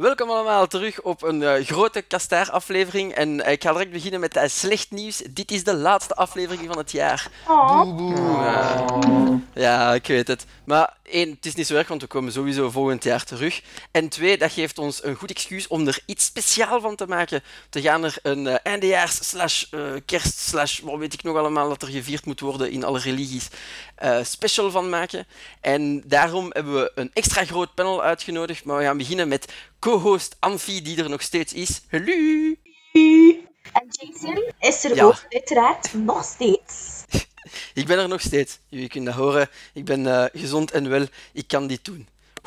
Welkom allemaal terug op een grote Kastaar-aflevering. En ik ga direct beginnen met slecht nieuws. Dit is de laatste aflevering van het jaar. Oh. Boe, boe. Ja, ik weet het. Maar één, het is niet zo erg, want we komen sowieso volgend jaar terug. En twee, dat geeft ons een goed excuus om er iets speciaal van te maken. We gaan er een eindejaars slash kerst slash wat weet ik nog allemaal dat er gevierd moet worden in alle religies special van maken. En daarom hebben we een extra groot panel uitgenodigd. Maar we gaan beginnen met co-host Anfie, die er nog steeds is. Hallo! En Jason is er Ja. ook uiteraard nog steeds. Ik ben er nog steeds. Jullie kunnen dat horen. Ik ben gezond en wel. Ik kan dit doen.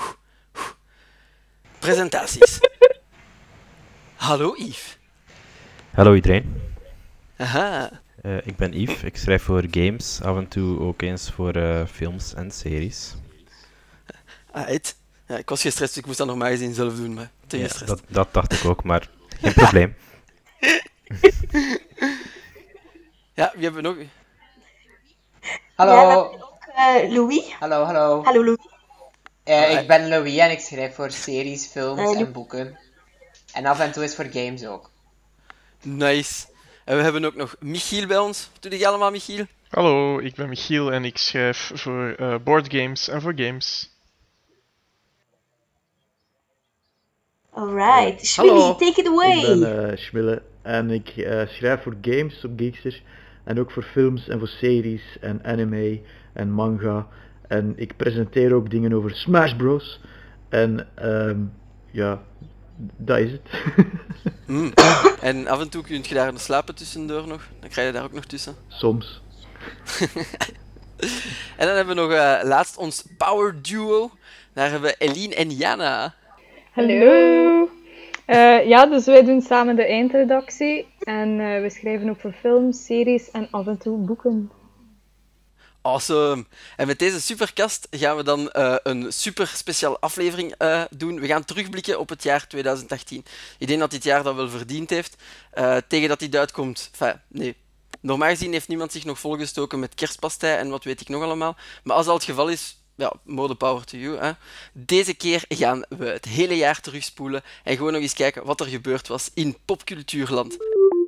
Presentaties. Hallo Yves. Hallo iedereen, Aha. ik ben Yves, ik schrijf voor games, af en toe ook eens voor films en series. Right. Ja, ik was gestrest, ik moest dat normaal gezien zelf doen, maar te Ja, gestrest. dat dacht ik ook, maar geen probleem. Ja, wie hebben we nog? Hallo, Ja, we hebben ook Louis. hallo. Hallo Louis. Ik ben Louis en ik schrijf voor series, films Louis. en boeken. En af en toe is voor games ook. Nice. En we hebben ook nog Michiel bij ons. Wat doe je allemaal, Michiel? Hallo, ik ben Michiel en ik schrijf voor boardgames en voor games. Alright. Schmilly, Hallo, take it ik away. ben Schmille en ik schrijf voor games op Geekster en ook voor films en voor series en anime en manga. En ik presenteer ook dingen over Smash Bros. En ja, dat is het. En af en toe kun je daar slapen tussendoor nog. Dan krijg je daar ook nog tussen. Soms. En dan hebben we nog laatst ons power duo. Daar hebben we Eline en Jana. Hallo! Ja, dus wij doen samen de eindredactie en we schrijven ook voor films, series en af en toe boeken. Awesome. En met deze superkast gaan we dan een super speciale aflevering doen. We gaan terugblikken op het jaar 2018. Ik denk dat dit jaar dat wel verdiend heeft. Tegen dat dit uitkomt... Enfin, nee. Normaal gezien heeft niemand zich nog volgestoken met kerstpastei en wat weet ik nog allemaal. Maar als dat het geval is... Ja, more the power to you. Hè. Deze keer gaan we het hele jaar terugspoelen en gewoon nog eens kijken wat er gebeurd was in popcultuurland.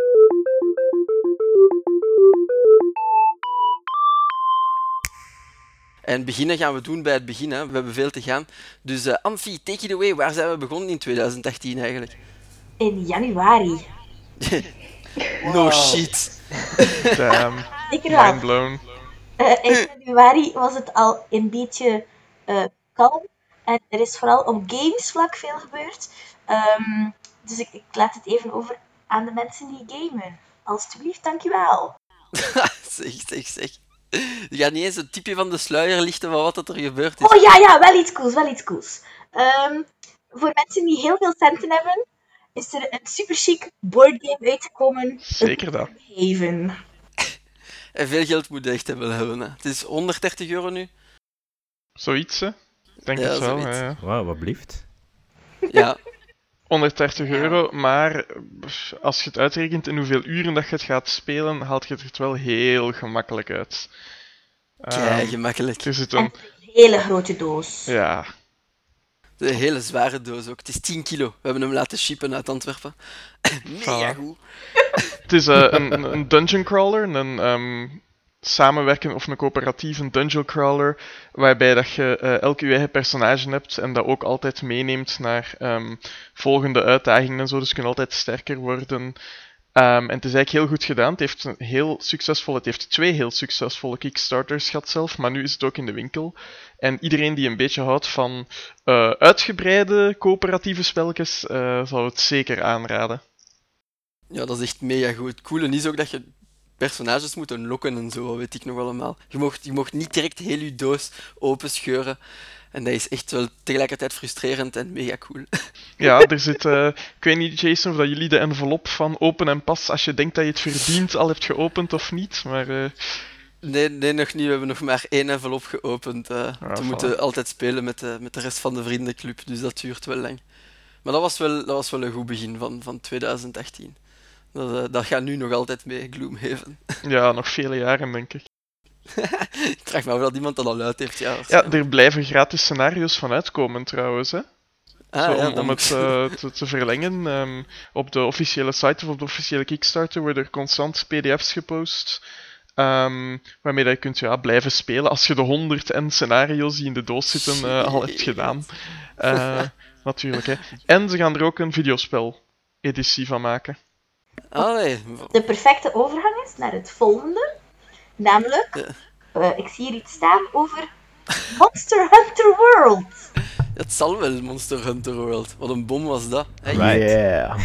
En beginnen gaan we doen bij het begin. Hè. We hebben veel te gaan. Dus Anfie, take it away. Waar zijn we begonnen in 2018 eigenlijk? In januari. No shit. Damn, Zeker wel. mindblown. In januari was het al een beetje kalm. En er is vooral op gamesvlak veel gebeurd. Dus ik laat het even over aan de mensen die gamen. Alsjeblieft, dankjewel. zeg. Je gaat niet eens een tipje van de sluier lichten van wat er gebeurd is. Oh ja, wel iets cools. Voor mensen die heel veel centen hebben, is er een super chic boardgame uitgekomen. Zeker dat. Even. En veel geld moet je echt hebben. Hè. Het is 130 euro nu. Zoiets, hè? Ik denk Ja, het wel, zoiets. ja. Wauw, wat blieft. Ja. 130 euro, maar als je het uitrekent in hoeveel uren dat je het gaat spelen, haalt je het er wel heel gemakkelijk uit. Kei gemakkelijk. Er zit En een... een hele grote doos. Ja, Een hele zware doos ook. Het is 10 kilo. We hebben hem laten shippen uit Antwerpen. Mega Voilà. goed. het is een dungeon crawler, een samenwerken of een coöperatieve dungeon crawler, waarbij dat je elk je eigen personage hebt en dat ook altijd meeneemt naar volgende uitdagingen en zo, dus je kunt altijd sterker worden. En het is eigenlijk heel goed gedaan. Het heeft 2 heel succesvolle Kickstarters gehad zelf, maar nu is het ook in de winkel. En iedereen die een beetje houdt van uitgebreide coöperatieve spelletjes, zou het zeker aanraden. Ja, dat is echt mega goed. Het coole is ook dat je personages moet unlocken en zo, wat weet ik nog allemaal. Je mocht niet direct heel je doos openscheuren. En dat is echt wel tegelijkertijd frustrerend en mega cool. Ja, er zit... ik weet niet, Jason, of dat jullie de envelop van open en pas, als je denkt dat je het verdient, al hebt geopend of niet, maar... Nee, nog niet. We hebben nog maar 1 envelop geopend. We voilà. moeten altijd spelen met de rest van de vriendenclub, dus dat duurt wel lang. Maar dat was wel een goed begin van 2018. Dat gaat nu nog altijd mee Gloomhaven. Ja, nog vele jaren, denk ik. Ik vraag me af dat iemand dat al uit heeft. Ja, Ja, er blijven gratis scenario's van uitkomen, trouwens, hè. Om het te verlengen, op de officiële site of op de officiële Kickstarter worden er constant pdf's gepost, waarmee dat je kunt blijven spelen als je de 100 scenario's die in de doos zitten al hebt gedaan. Natuurlijk, hè. En ze gaan er ook een videospel-editie van maken. Allee. De perfecte overgang is naar het volgende. Namelijk, ik zie hier iets staan over Monster Hunter World. Het zal wel Monster Hunter World. Wat een bom was dat. Hè? Right. Yeah.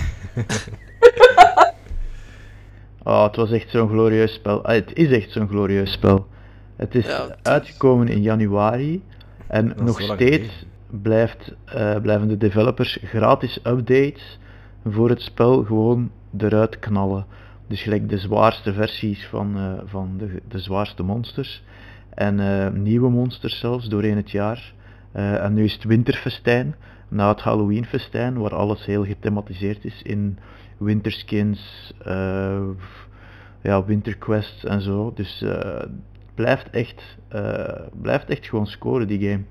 Het was echt zo'n glorieus spel. Het is echt zo'n glorieus spel. Het is uitgekomen in januari. En nog steeds blijven de developers gratis updates voor het spel gewoon eruit knallen. Dus gelijk de zwaarste versies van de zwaarste monsters. En nieuwe monsters zelfs doorheen het jaar. En nu is het winterfestijn, na het Halloweenfestijn, waar alles heel gethematiseerd is in winterskins, winterquests en zo. Dus het blijft echt gewoon scoren, die game.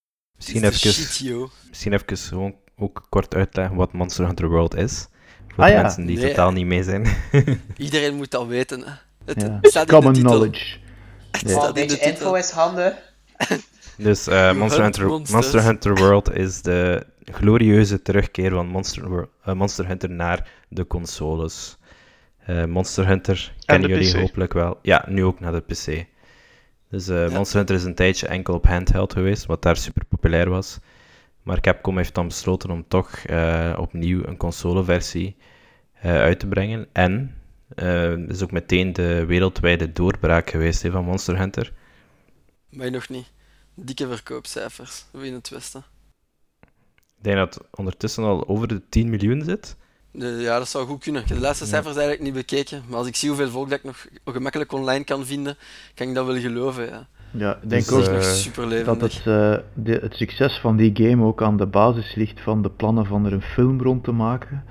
Misschien even gewoon ook kort uitleggen wat Monster Hunter World is. Voor de mensen die totaal niet mee zijn. Iedereen moet dat weten. Hè. Het staat common knowledge. Een beetje info is handig. Dus Monster Hunter World is de glorieuze terugkeer van Monster Hunter naar de consoles. Monster Hunter kennen jullie hopelijk wel. Ja, nu ook naar de PC. Dus Monster Hunter is een tijdje enkel op handheld geweest, wat daar super populair was. Maar Capcom heeft dan besloten om toch opnieuw een consoleversie uit te brengen. En is ook meteen de wereldwijde doorbraak geweest van Monster Hunter. Maar nog niet. Dikke verkoopcijfers, in het Westen. Ik denk dat het ondertussen al over de 10 miljoen zit. Ja, dat zou goed kunnen. Ik heb de laatste cijfers eigenlijk niet bekeken. Maar als ik zie hoeveel volk dat ik nog gemakkelijk online kan vinden, kan ik dat wel geloven. Ja, ja ik denk dus ook dat het succes van die game ook aan de basis ligt van de plannen van er een film rond te maken.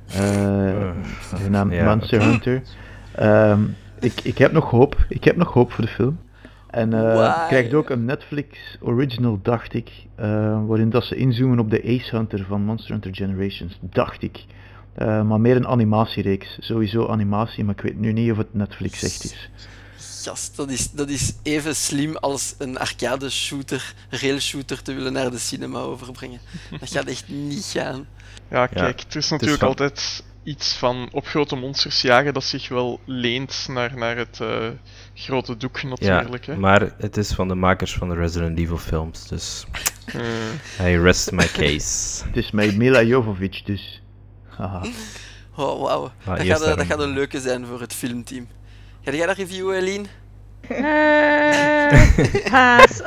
Genaamd Monster Hunter. Ik heb nog hoop. Ik heb nog hoop voor de film. En krijgt ook een Netflix original, dacht ik, waarin dat ze inzoomen op de Ace Hunter van Monster Hunter Generations, dacht ik. Maar meer een animatiereeks, sowieso animatie, maar ik weet nu niet of het Netflix echt is. Gast, dat is even slim als een arcade shooter, rail shooter te willen naar de cinema overbrengen. Dat gaat echt niet gaan. Ja, kijk, het is natuurlijk altijd iets van op grote monsters jagen dat zich wel leent naar het grote doek natuurlijk. Ja, maar het is van de makers van de Resident Evil films, dus I rest my case. Het is met Mila Jovovich, dus. Haha. Oh, wauw. Dat gaat een leuke zijn voor het filmteam. Ga jij dat reviewen, Eline? Haas.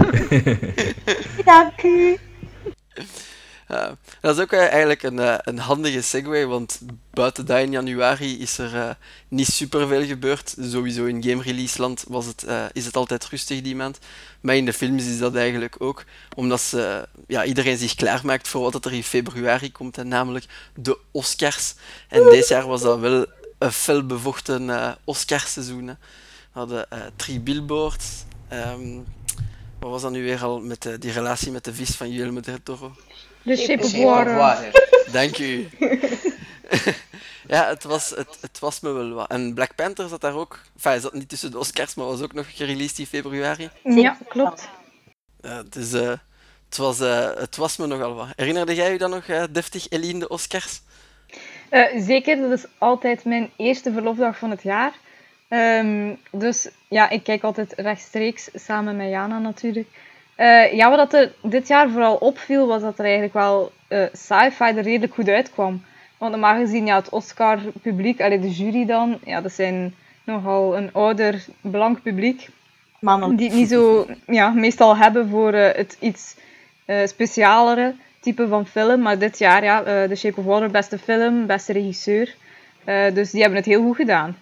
Dank u. Dat is ook eigenlijk een handige segue, want buiten dat in januari is er niet superveel gebeurd. Sowieso in game release land is het altijd rustig die maand. Maar in de films is dat eigenlijk ook, omdat iedereen zich klaarmaakt voor wat er in februari komt, en namelijk de Oscars. En dit jaar was dat wel een fel bevochten Oscarseizoen. We hadden 3 billboards. Wat was dat nu weer al met die relatie met de vis van Guillermo del Toro? The Shape of Water. Dank u. Ja, het was me wel wat. En Black Panther zat daar ook... Hij zat niet tussen de Oscars, maar was ook nog gereleased in februari. Ja, klopt. Dus het was me nogal wat. Herinnerde jij je dan nog deftig, Eline, de Oscars? Zeker, dat is altijd mijn eerste verlofdag van het jaar. Dus ja, ik kijk altijd rechtstreeks, samen met Jana natuurlijk. Wat er dit jaar vooral opviel, was dat er eigenlijk wel sci-fi er redelijk goed uitkwam. Want normaal gezien, het Oscar-publiek, de jury dan, dat zijn nogal een ouder, blank publiek. Mannen. Die het niet zo meestal hebben voor het iets specialere type van film. Maar dit jaar, The Shape of Water, beste film, beste regisseur. Dus die hebben het heel goed gedaan.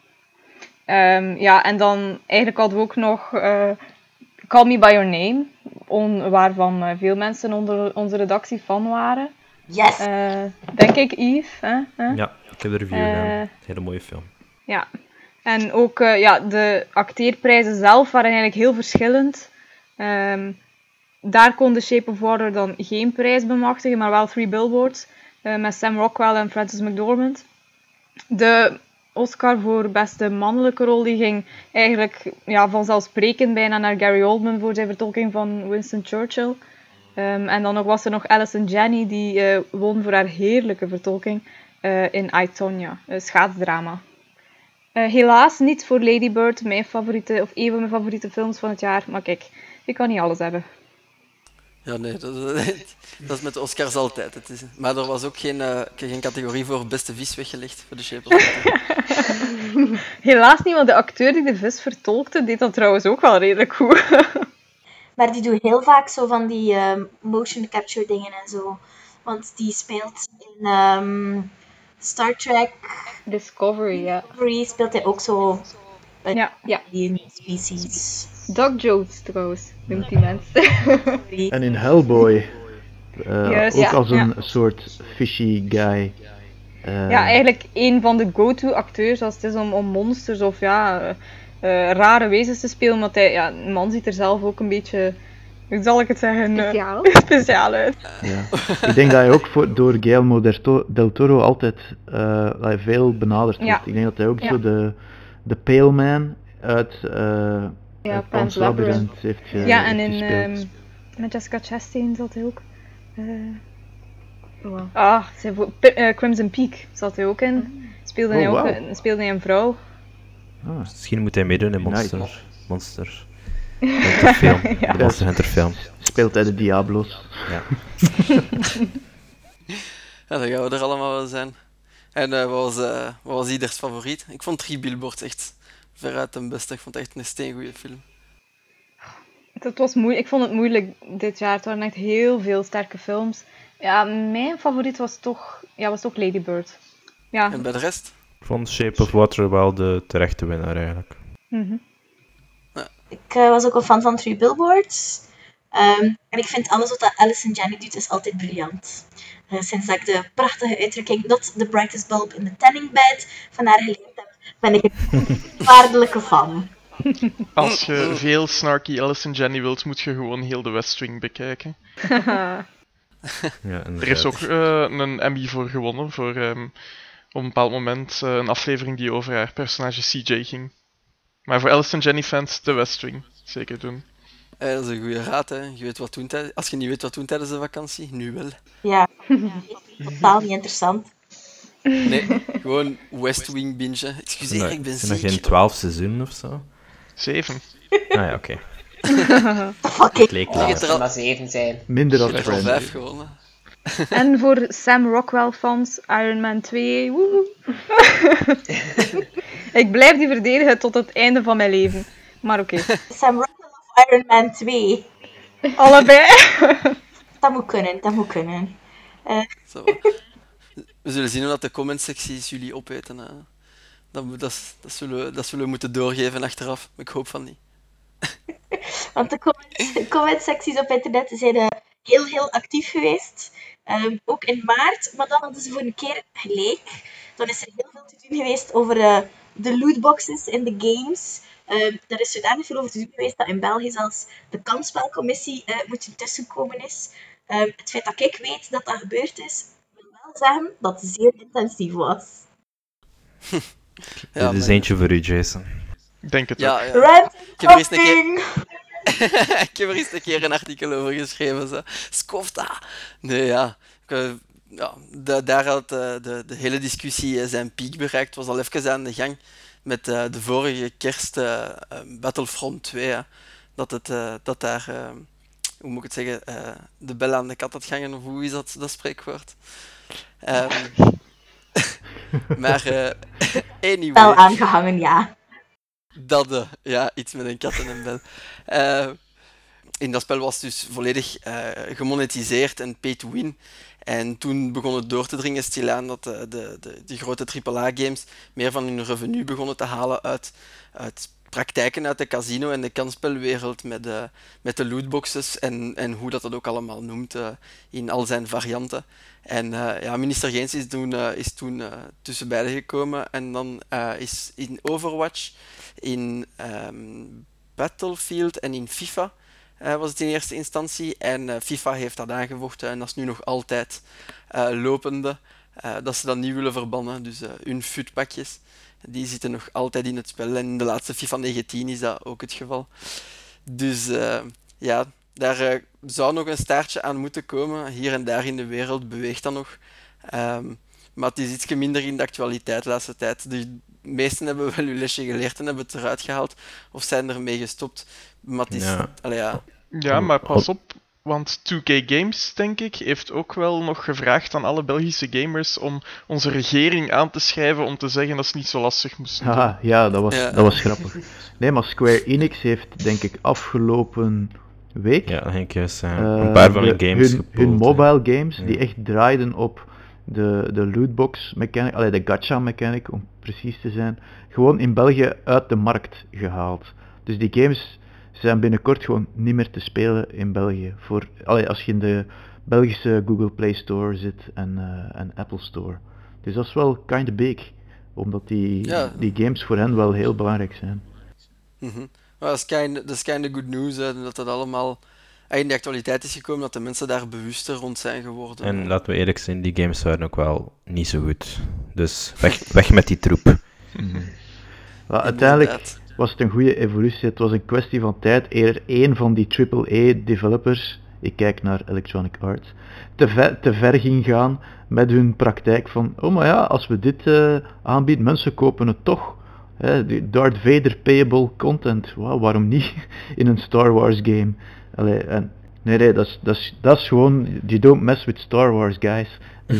En dan eigenlijk hadden we ook nog Call Me By Your Name, waarvan veel mensen onder onze redactie fan waren. Yes! Denk ik, Yves. Ja, ik heb de review gedaan. Hele mooie film. Ja. En ook de acteerprijzen zelf waren eigenlijk heel verschillend. daar kon The Shape of Water dan geen prijs bemachtigen, maar wel Three Billboards met Sam Rockwell en Frances McDormand. De Oscar voor beste mannelijke rol die ging eigenlijk vanzelfsprekend bijna naar Gary Oldman voor zijn vertolking van Winston Churchill. En dan was er nog Allison Janney die won voor haar heerlijke vertolking in I, Tonya, een schaatsdrama. Helaas niet voor Lady Bird, een van mijn favoriete films van het jaar. Maar kijk, ik kan niet alles hebben. Ja, nee, dat is met de Oscars altijd. Maar er was ook geen categorie voor beste vis weggelegd voor The Shape of Water. Helaas niet, want de acteur die de vis vertolkte, deed dat trouwens ook wel redelijk goed. Maar die doet heel vaak zo van die motion capture dingen en zo. Want die speelt in Star Trek Discovery, ja. Discovery speelt hij ook zo Ja. alien species. Doug Jones trouwens, noemt die mensen. En in Hellboy, Juist, ook ja, als een ja. soort fishy guy. Ja, eigenlijk een van de go-to acteurs als het is om monsters of rare wezens te spelen. Want een man ziet er zelf ook een beetje, hoe zal ik het zeggen, speciaal uit. Ja. Ik denk dat hij ook door Guillermo del Toro altijd veel benaderd wordt. Ja. Ik denk dat hij ook Ja. zo de Pale Man uit Pan's Pan's Labyrinth Labyrinth heeft Ja, en heeft gespeeld. in met Jessica Chastain zat hij ook. Crimson Peak zat hij ook in. Speelde hij ook speelde hij een vrouw. Ah. Misschien moet hij meedoen in Nice. Monster Hunter-film. Ja. De Monster Hunter-film. Speelt hij de Diablos. Ja. Ja, dan gaan we er allemaal wel zijn. En wat was ieders favoriet? Ik vond Three Billboards echt veruit de beste. Ik vond het echt een steengoeie film. Het was moeilijk. Ik vond het moeilijk dit jaar. Het waren echt heel veel sterke films. Ja, mijn favoriet was toch Lady Bird. Ja. En bij de rest? Ik vond Shape of Water wel de terechte winnaar eigenlijk. Mhm. Ik was ook een fan van Three Billboards. En ik vind alles wat Allison Janney doet is altijd briljant. Sinds dat ik de prachtige uitdrukking not the brightest bulb in the tanning bed van haar geleerd heb, ben ik een waardelijke fan. Als je veel snarky Allison Janney wilt, moet je gewoon heel de West Wing bekijken. Ja, Er is ook een Emmy voor gewonnen, voor op een bepaald moment een aflevering die over haar personage CJ ging. Maar voor Allison Janney fans, de West Wing. Zeker doen. Dat is een goede raad, hè. Je weet wat doen als je niet weet wat doen tijdens de vakantie, nu wel. Ja, totaal niet interessant. Nee, gewoon West Wing bingen. Excuseer, ik ben Zijn er ziek. geen 12 seizoenen of zo? 7. Ah ja, oké. Fuck Het leek Ik laag. heb er Er al, maar 7 zijn. Minder dan ik heb er al Friends. 5 gewonnen. En voor Sam Rockwell fans, Iron Man 2. Woehoe. Ik blijf die verdedigen tot het einde van mijn leven. Maar oké. Sam Rockwell of Iron Man 2? Allebei. Dat moet kunnen. Zo, we zullen zien hoe dat de commentsecties jullie opeten. Dat zullen we moeten doorgeven achteraf. Maar ik hoop van niet. Want de comment-secties op internet zijn heel actief geweest. Ook in maart, maar dan hadden ze voor een keer gelijk. Dan is er heel veel te doen geweest over de lootboxes in de games. Daar is zodanig veel over te doen geweest dat in België zelfs de kansspelcommissie moet tussenkomen is. Het feit dat ik weet dat dat gebeurd is, wil wel zeggen dat het zeer intensief was. Ja, Dit is maar- eentje voor u, Jason. Ik denk het ook. ja. Rant Ik heb er eens een keer- topping! Ik heb er eens een keer een artikel over geschreven. Zo. Skofta! Nee, ja. Daar had de hele discussie zijn piek bereikt. Het was al even aan de gang met de vorige kerst Battlefront 2. Hè. Dat daar, hoe moet ik het zeggen, de bel aan de kat had gangen, of hoe is dat spreekwoord? Maar anyway. Wel aangehangen, ja. Dat, ja, iets met een kat en een bel. In dat spel was het dus volledig gemonetiseerd en pay to win. En toen begon het door te dringen stilaan dat de grote AAA-games meer van hun revenue begonnen te halen uit praktijken uit de casino- en de kansspelwereld met de lootboxes en hoe dat ook allemaal noemt in al zijn varianten. En minister Geens is toen tussen beiden gekomen en dan is in Overwatch, in Battlefield en in FIFA was het in eerste instantie. En FIFA heeft dat aangevochten en dat is nu nog altijd lopende. Dat ze dat niet willen verbannen. Dus hun futpakjes, die zitten nog altijd in het spel. En in de laatste FIFA 19 is dat ook het geval. Dus ja, daar zou nog een staartje aan moeten komen. Hier en daar in de wereld beweegt dat nog. Maar het is iets minder in de actualiteit de laatste tijd. De meesten hebben wel hun lesje geleerd en hebben het eruit gehaald. Of zijn ermee gestopt. Maar het is... Ja. Allee, ja. Ja, maar pas op, want 2K Games, denk ik, heeft ook wel nog gevraagd aan alle Belgische gamers om onze regering aan te schrijven om te zeggen dat ze niet zo lastig moesten doen. Haha, ja, dat was grappig. Nee, maar Square Enix heeft, denk ik, afgelopen week Ja, denk ik juist. Een paar van hun games hun gepoeld, mobile games, Ja. die echt draaiden op de lootbox mechanic, de gacha mechanic, om precies te zijn, gewoon in België uit de markt gehaald. Dus die games zijn binnenkort gewoon niet meer te spelen in België. Als je in de Belgische Google Play Store zit en Apple Store. Dus dat is wel kinda big, omdat die games voor hen wel heel belangrijk zijn. Maar dat is kinda good news, hè, dat dat allemaal in de actualiteit is gekomen, dat de mensen daar bewuster rond zijn geworden. En laten we eerlijk zijn, die games waren ook wel niet zo goed. Dus weg met die troep. Maar uiteindelijk was het een goede evolutie. Het was een kwestie van tijd eer één van die AAA-developers, ik kijk naar Electronic Arts, te ver ging gaan met hun praktijk van, oh maar ja, als we dit aanbieden, mensen kopen het toch. Die Darth Vader payable content, wow, waarom niet in een Star Wars game? Nee, dat is gewoon, you don't mess with Star Wars, guys. Dus,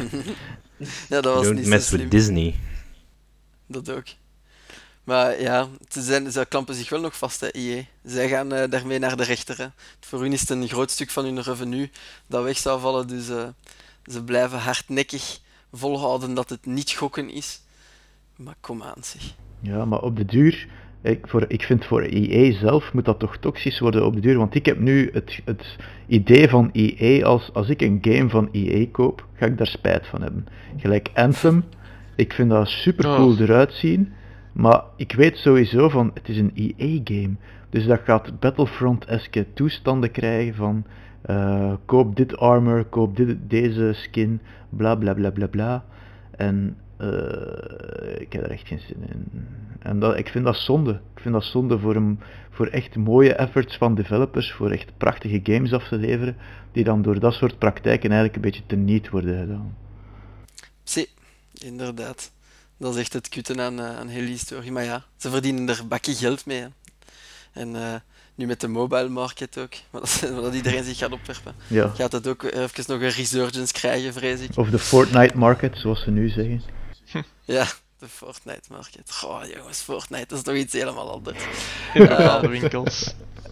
ja, dat was Don't niet zo mess slim. with Disney. Dat ook. Maar ja, ze klampen zich wel nog vast, hè, EA. Zij gaan daarmee naar de rechter. Hè. Voor hun is het een groot stuk van hun revenue dat weg zou vallen, dus ze blijven hardnekkig volhouden dat het niet gokken is. Maar kom aan, zeg. Ja, maar op de duur, ik vind voor EA zelf moet dat toch toxisch worden op de duur, want ik heb nu het idee van EA als ik een game van EA koop, ga ik daar spijt van hebben. Gelijk Anthem, ik vind dat super cool eruit zien, maar ik weet sowieso van, het is een EA-game, dus dat gaat Battlefront-eske toestanden krijgen van koop dit armor, koop deze skin, bla bla bla bla bla, en ik heb er echt geen zin in. En ik vind dat zonde. Ik vind dat zonde voor echt mooie efforts van developers, voor echt prachtige games af te leveren, die dan door dat soort praktijken eigenlijk een beetje teniet worden gedaan. Zie, inderdaad. Dat is echt het kutten aan heel die historie. Maar ja, ze verdienen er bakje geld mee. Hè. En nu met de mobile market ook, dat iedereen zich gaat opwerpen. Ja. Gaat het ook even nog een resurgence krijgen, vrees ik. Of de Fortnite market, zoals ze nu zeggen. Ja, de Fortnite market. Goh, jongens, Fortnite, dat is toch iets helemaal anders. In bepaalde winkels.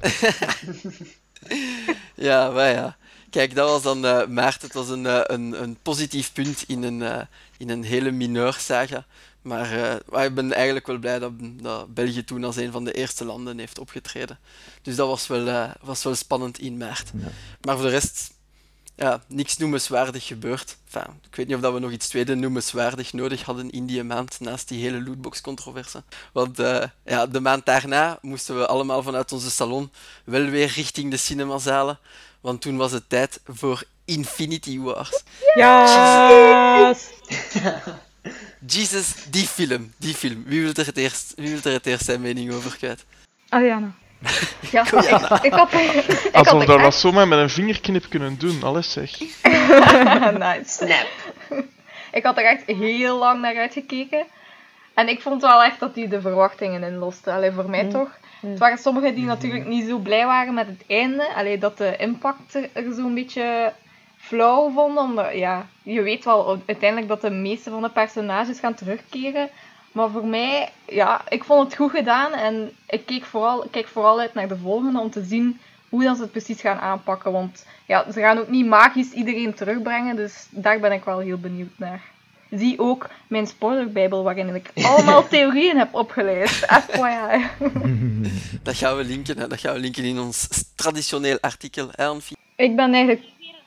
Ja, maar ja. Kijk, dat was dan maart. Het was een positief punt in een hele mineursaga. Maar ik ben eigenlijk wel blij dat België toen als een van de eerste landen heeft opgetreden. Dus dat was wel spannend in maart. Ja. Maar voor de rest, ja, niks noemenswaardig gebeurd. Enfin, ik weet niet of dat we nog iets tweede noemenswaardig nodig hadden in die maand, naast die hele lootbox-controverse. Want de maand daarna moesten we allemaal vanuit onze salon wel weer richting de cinemazalen. Want toen was het tijd voor Infinity Wars. Ja! Jesus, die film. Wie wil er het eerst zijn mening over kwijt? Ariana. Ja, Ariana. ik had Alsof er dat echt... zomaar met een vingerknip kunnen doen, alles zeg. Nice. Snap. Ik had er echt heel lang naar uitgekeken. En ik vond wel echt dat die de verwachtingen inloste. Allee, voor mij toch. Het waren sommigen die natuurlijk niet zo blij waren met het einde. Allee, dat de impact er zo'n beetje flauw vonden. Omdat, ja, je weet wel uiteindelijk dat de meeste van de personages gaan terugkeren. Maar voor mij, ja, ik vond het goed gedaan. En ik kijk vooral uit naar de volgende om te zien hoe dan ze het precies gaan aanpakken. Want ja, ze gaan ook niet magisch iedereen terugbrengen. Dus daar ben ik wel heel benieuwd naar. Zie ook mijn spoilerbijbel waarin ik allemaal theorieën heb opgelezen. FYI. Dat gaan we linken, hè. Dat gaan we linken in ons traditioneel artikel. Hè, Anfie? Ik ben eigenlijk...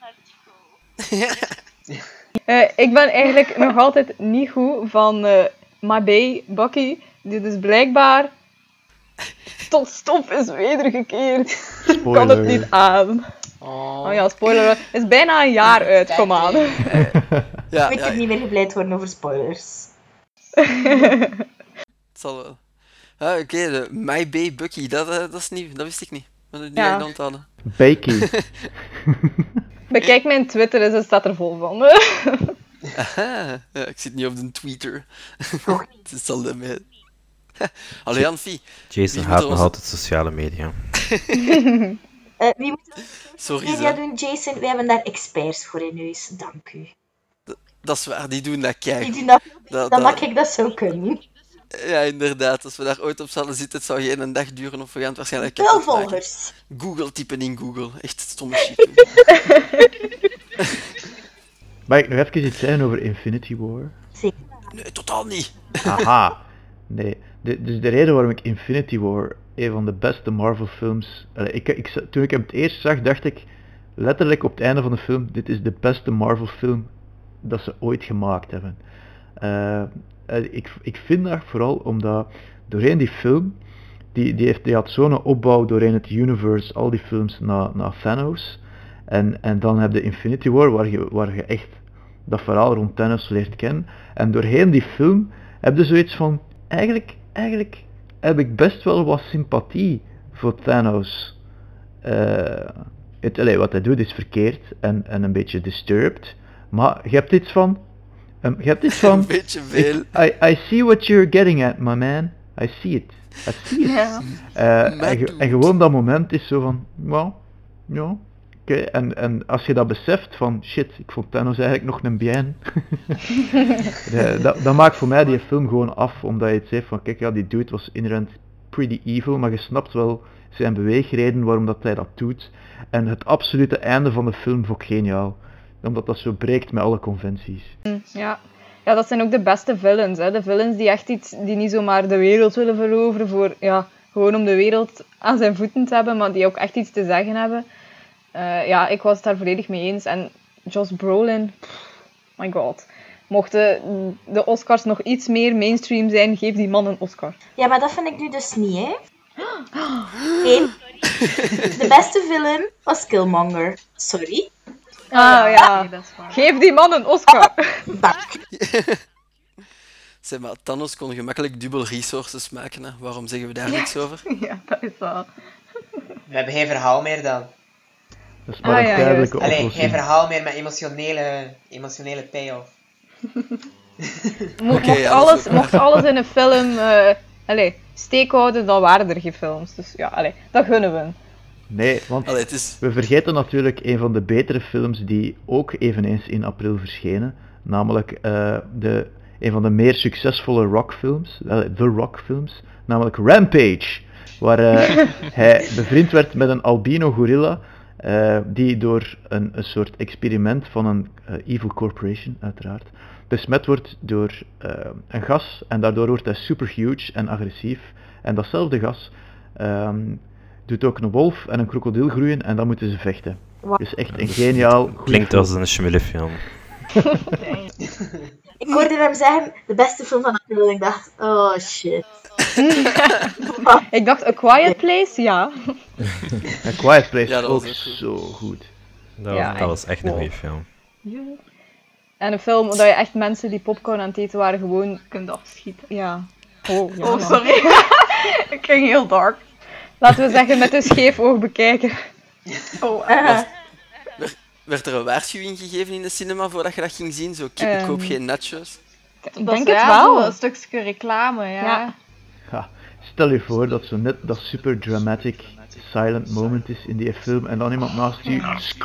ik ben eigenlijk nog altijd niet goed van Mabey Bucky, die dus blijkbaar Stop is wedergekeerd. Ik Spoiler. kan het niet aan. Oh ja, spoiler. Het is bijna een jaar uit, kom aan. Ja, Ik weet het niet meer gebleid worden over spoilers. het zal wel. Ah, oké, de My Bay Bucky, dat is nieuw, dat wist ik niet. Dat heb ik niet Ja. aan de hand hadden. Bakey. Bekijk mijn Twitter, dus het staat er vol van. Aha, ja, ik zit niet op de Twitter. Het zal ermee. Allee, Anfie. Jason Wie haat moet nog er altijd sociale media. Wie moet de Sorry, media ze. doen, Jason? We hebben daar experts voor in huis. Dank u. Dat is waar, die doen dat Die kijk. doen dat, Dat- dan dat- mag ik dat zo kunnen. Ja, inderdaad. Als we daar ooit op zouden zitten, het zou geen dag duren of we gaan het waarschijnlijk Veel kapot maken. volgers. Google typen in Google. Echt stomme shit doen. Mag ik nog even iets zeggen over Infinity War? Nee, totaal niet. Haha. Nee. Dus de reden waarom ik Infinity War een van de beste Marvel films... Toen ik hem het eerst zag, dacht ik letterlijk op het einde van de film, dit is de beste Marvel film dat ze ooit gemaakt hebben. Ik vind dat vooral omdat doorheen die film, die had zo'n opbouw doorheen het universe, al die films naar Thanos. En dan heb je Infinity War, waar je echt dat verhaal rond Thanos leert kennen. En doorheen die film heb je zoiets van, eigenlijk heb ik best wel wat sympathie voor Thanos. Wat hij doet is verkeerd en een beetje disturbed. Maar je hebt iets van... Een beetje veel. I see what you're getting at, my man. I see it. Ja. En gewoon dat moment is zo van... Ja, oké. En als je dat beseft van... Shit, ik vond Thanos eigenlijk nog een bien. Dat maakt voor mij die film gewoon af. Omdat je het zegt van... Kijk, ja, die dude was inherent pretty evil. Maar je snapt wel zijn beweegreden waarom dat hij dat doet. En het absolute einde van de film vond ik geniaal. Omdat dat zo breekt met alle conventies. Ja. Ja, dat zijn ook de beste villains. Hè. De villains die echt die niet zomaar de wereld willen veroveren voor, gewoon om de wereld aan zijn voeten te hebben, maar die ook echt iets te zeggen hebben. Ik was het daar volledig mee eens. En Josh Brolin, my god. Mochten de Oscars nog iets meer mainstream zijn, geef die man een Oscar. Ja, maar dat vind ik nu dus niet, hè. Nee. De beste villain was Killmonger. Sorry. Ja. Nee, dat is waar. Geef die man een Oscar. Dank. Zeg maar, Thanos kon gemakkelijk dubbel resources maken. Hè. Waarom zeggen we daar niks over? Ja, dat is wel. We hebben geen verhaal meer dan. Dat is maar een ja, tijdelijke Allee, geen oplossing. verhaal meer met emotionele payoff. Mocht alles in een film steek houden, dan waren er geen films. Dus ja, dat gunnen we. Nee, want Allee, het is... we vergeten natuurlijk een van de betere films die ook eveneens in april verschenen. Namelijk een van de meer succesvolle rockfilms, The Rock films, namelijk Rampage. Waar hij bevriend werd met een albino gorilla, die door een soort experiment van een evil corporation, uiteraard, besmet wordt door een gas. En daardoor wordt hij super huge en agressief. En datzelfde gas doet ook een wolf en een krokodil groeien en dan moeten ze vechten. Dus echt een geniaal, goed Klinkt film. als een schmullenfilm. Ik hoorde hem zeggen, de beste film van april. En ik dacht, oh shit. Ik dacht, A Quiet Place, ja. A Quiet Place Ja, is dat ook was ook goed. zo goed. Dat was echt een goede film. En een film dat je echt mensen die popcorn aan het eten waren gewoon... Kunt afschieten. Ja. Oh, ja. Oh, sorry. Ik ging heel dark. Laten we zeggen, met een scheef oog bekijken. Oh, Werd er een waarschuwing gegeven in de cinema voordat je dat ging zien? Zo, ik koop geen nachos. Ik denk het ja, wel. zo een stukje reclame, ja. Ja, stel je voor dat zo net dat super dramatic silent moment is in die film en dan iemand naast je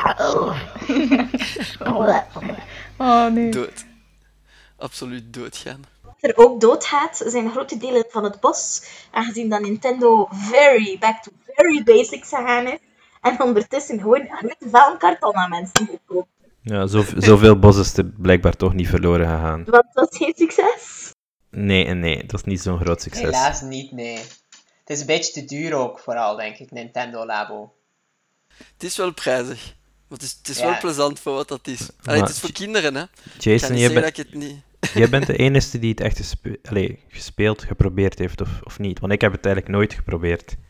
Oh nee. Dood. Absoluut doodgaan. Wat er ook doodgaat, zijn grote delen van het bos. Aangezien dat Nintendo back to very basics gegaan is. En ondertussen gewoon een grote vuilkarton aan mensen gekoopt. Ja, zoveel bos is er blijkbaar toch niet verloren gegaan. Want dat was geen succes. Nee, dat is niet zo'n groot succes. Helaas niet, nee. Het is een beetje te duur ook, vooral, denk ik, Nintendo Labo. Het is wel prijzig. Maar het is Ja. wel plezant voor wat dat is. Allee, het is voor kinderen, hè. Ik kan Jason, niet zeggen dat ik het niet... jij bent de enige die het echt gespeeld, geprobeerd heeft, of niet? Want ik heb het eigenlijk nooit geprobeerd.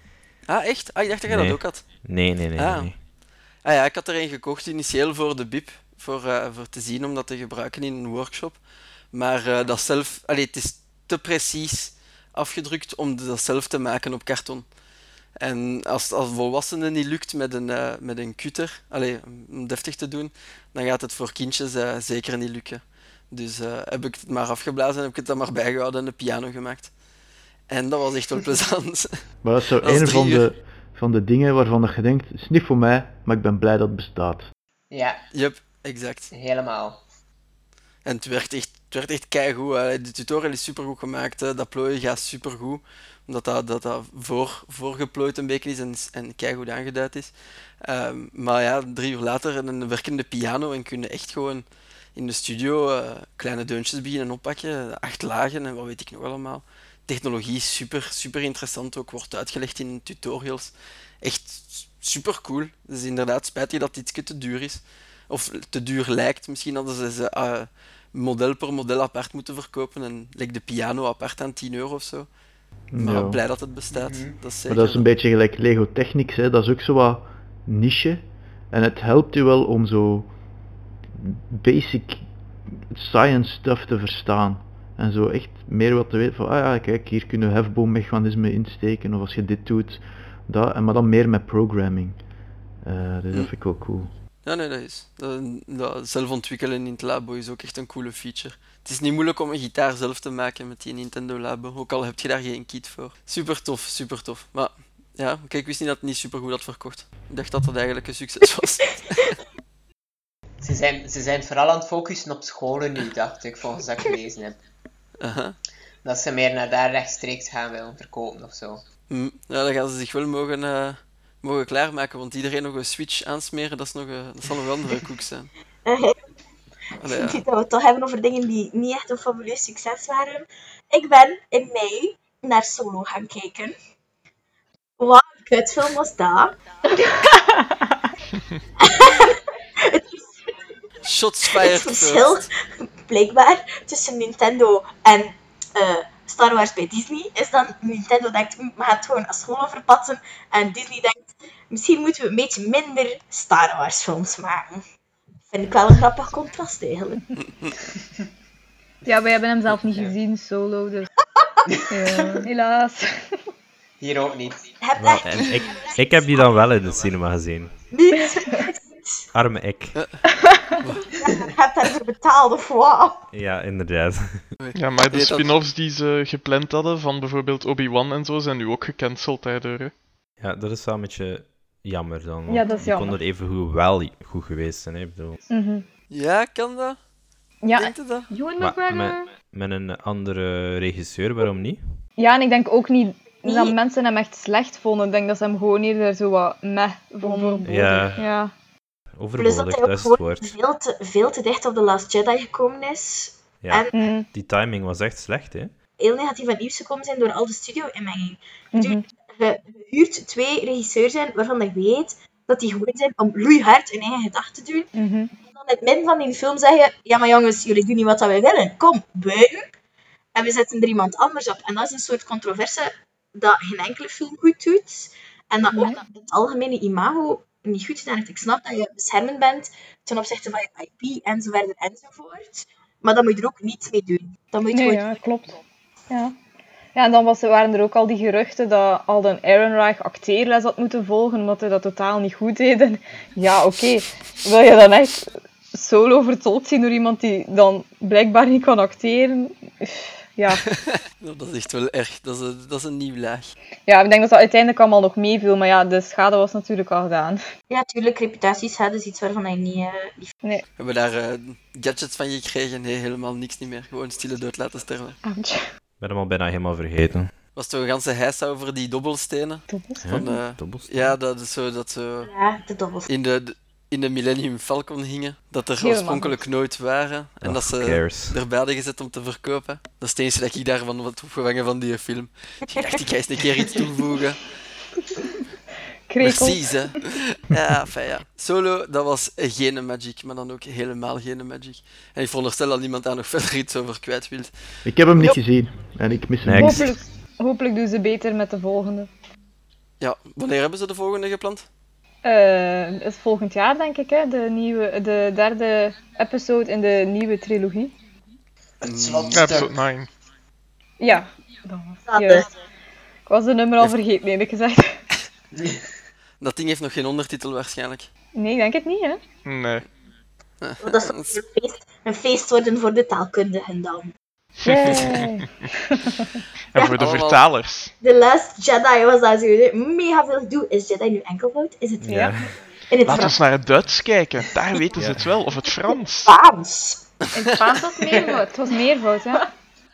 Ah, echt? Ah, ik dacht dat je Nee. dat ook had. Nee. Ah. Ah ja, ik had er een gekocht initieel voor de BIP, voor te zien om dat te gebruiken in een workshop. Maar dat zelf, het is te precies afgedrukt om dat zelf te maken op karton. En als volwassenen niet lukt met een cutter, om deftig te doen, dan gaat het voor kindjes zeker niet lukken. Dus heb ik het maar afgeblazen en heb ik het dan maar bijgehouden en een piano gemaakt. En dat was echt wel plezant. Maar dat is zo Dat is een 3 uur. van de dingen waarvan dat je denkt, het is niet voor mij, maar ik ben blij dat het bestaat. Ja, Yep, exact. helemaal. En het werd echt keigoed. Hè. De tutorial is supergoed gemaakt. Hè. Dat plooien gaat supergoed. Omdat dat voorgeplooid een beetje is en keigoed aangeduid is. Maar ja, 3 uur later een werkende piano en kunnen echt gewoon in de studio kleine deuntjes beginnen oppakken. 8 lagen en wat weet ik nog allemaal. Technologie is super, super interessant. Ook wordt uitgelegd in tutorials. Echt super cool. Dus inderdaad spijtig dat het iets te duur is. Of te duur lijkt. Misschien hadden ze model per model apart moeten verkopen en de piano apart aan €10 of zo. Maar Ja. blij dat het bestaat. Dat is Maar zeker. dat is een beetje gelijk Lego Technics, hè. Dat is ook zo wat niche. En het helpt je wel om zo basic science stuff te verstaan. En zo echt meer wat te weten van, ah ja, kijk, hier kunnen we hefboommechanismen insteken, of als je dit doet, dat. Maar dan meer met programming. Dus dat vind ik wel cool. Ja, nee, dat is. Dat zelf ontwikkelen in het labo is ook echt een coole feature. Het is niet moeilijk om een gitaar zelf te maken met die Nintendo Labo, ook al heb je daar geen kit voor. Super tof, super tof. Maar ja, kijk, ik wist niet dat het niet super goed had verkocht. Ik dacht dat dat eigenlijk een succes was. Ze zijn vooral aan het focussen op scholen nu, dacht ik, volgens wat ik gelezen heb. Aha. Dat ze meer naar daar rechtstreeks gaan willen verkopen of zo. Ja, dan gaan ze zich wel mogen klaarmaken, want iedereen nog een Switch aansmeren, dat zal nog een andere koek zijn. Allee, ja. Ik vind dat we het toch hebben over dingen die niet echt een fabuleus succes waren. Ik ben in mei naar Solo gaan kijken. Wat een kutfilm was dat? Shots Het fired verschil, first. blijkbaar, tussen Nintendo en Star Wars bij Disney is dat Nintendo denkt, we gaan het gewoon als scholen verpassen. En Disney denkt, misschien moeten we een beetje minder Star Wars films maken. Vind ik wel een grappig contrast eigenlijk. Ja, wij hebben hem zelf niet gezien, Solo, dus... Ja, helaas. Hier ook niet. Je hebt Wel, echt en ik heb die dan wel in de cinema gezien. niet... Arme ik. Je hebt daarvoor betaald of wat? Ja, inderdaad. Ja, maar de Weet dat- spin-offs die ze gepland hadden, van bijvoorbeeld Obi-Wan en zo, zijn nu ook gecanceld daardoor. Hè. Ja, dat is wel een beetje jammer dan. Ja, dat is die jammer. kon er even wel goed geweest zijn. Hè? Ik bedoel, Ja, kan dat? Ja, Denkt u dat? Ewan maar McGregor. met een andere regisseur, waarom niet? Ja, en ik denk ook niet dat Nee. mensen hem echt slecht vonden. Ik denk dat ze hem gewoon eerder zo wat meh vonden. Ja. Ja. Plus Overbodig, dat dat hij ook is het gewoon woord. veel te dicht op The Last Jedi gekomen is. Ja, En die timing was echt slecht, hè? heel negatief aan nieuws gekomen zijn door al de studio-inmenging. Mhm. Je huurt 2 regisseurs in waarvan je weet dat die gewoon zijn om loeihard hun eigen gedachten te doen. Mhm. En dan in het midden van die film zeggen, ja maar jongens, jullie doen niet wat wij willen. Kom, buiten. En we zetten er iemand anders op. En dat is een soort controverse dat geen enkele film goed doet. En dat ook het algemene imago niet goed gedaan heeft. Ik snap dat je beschermend bent ten opzichte van je IP en zo verder enzovoort. Maar dan moet je er ook niets mee doen. Dan moet je het Nee, gewoon... ja, klopt. Ja. Ja, en dan waren er ook al die geruchten dat Alden Ehrenreich acteerles had moeten volgen, omdat hij dat totaal niet goed deed. En ja, oké. Wil je dan echt Solo vertolkt zien door iemand die dan blijkbaar niet kan acteren? Ja. Dat is echt wel erg. Dat is een nieuw laag. Ja, ik denk dat dat uiteindelijk allemaal nog meeviel, maar ja, de schade was natuurlijk al gedaan. Ja, tuurlijk, reputatieschade is iets waarvan je niet... We hebben daar gadgets van gekregen. Nee, helemaal niks niet meer. Gewoon stille dood laten sterven. Ouch. Ik ben hem al bijna helemaal vergeten. Was toch een ganse heisa over die dobbelstenen? Van, Dobbelsteen? ja, dat ze Ja, de dobbels. in de Millennium Falcon hingen. Dat er Helemaal oorspronkelijk nooit waren. En dat Who ze cares? erbij hadden gezet om te verkopen. Dat is het enige dat ik daarvan wat opgevangen van die film. Ik dacht, ik ga eens een keer iets toevoegen. Krekel. Precies, hè. Ja, enfin, ja. Solo, dat was geen magic, maar dan ook helemaal geen magic. En ik veronderstel dat niemand daar nog verder iets over kwijt wil. Ik heb hem niet gezien en ik mis hem Nee, niet. Hopelijk doen ze beter met de volgende. Ja, wanneer hebben ze de volgende gepland? Het volgend jaar, denk ik, hè? De derde episode in de nieuwe trilogie. Het slotstuk. Episode 9. Ja, Dat juist. Ik was de nummer al vergeten, eerlijk gezegd. Dat ding heeft nog geen ondertitel waarschijnlijk. Nee, ik denk het niet, hè? Nee. Dat zal een feest worden voor de taalkundigen dan. Yay! En voor de allemaal- vertalers. The Last Jedi was daar zo mega veel gedoe. Is Jedi nu enkelvoud? Is het Ja. in het Laten we eens naar het Duits kijken. Daar weten ze Ja. het wel. Of het Frans. Spaans? In het Spaans was het meervoud. Het was meervoud, ja.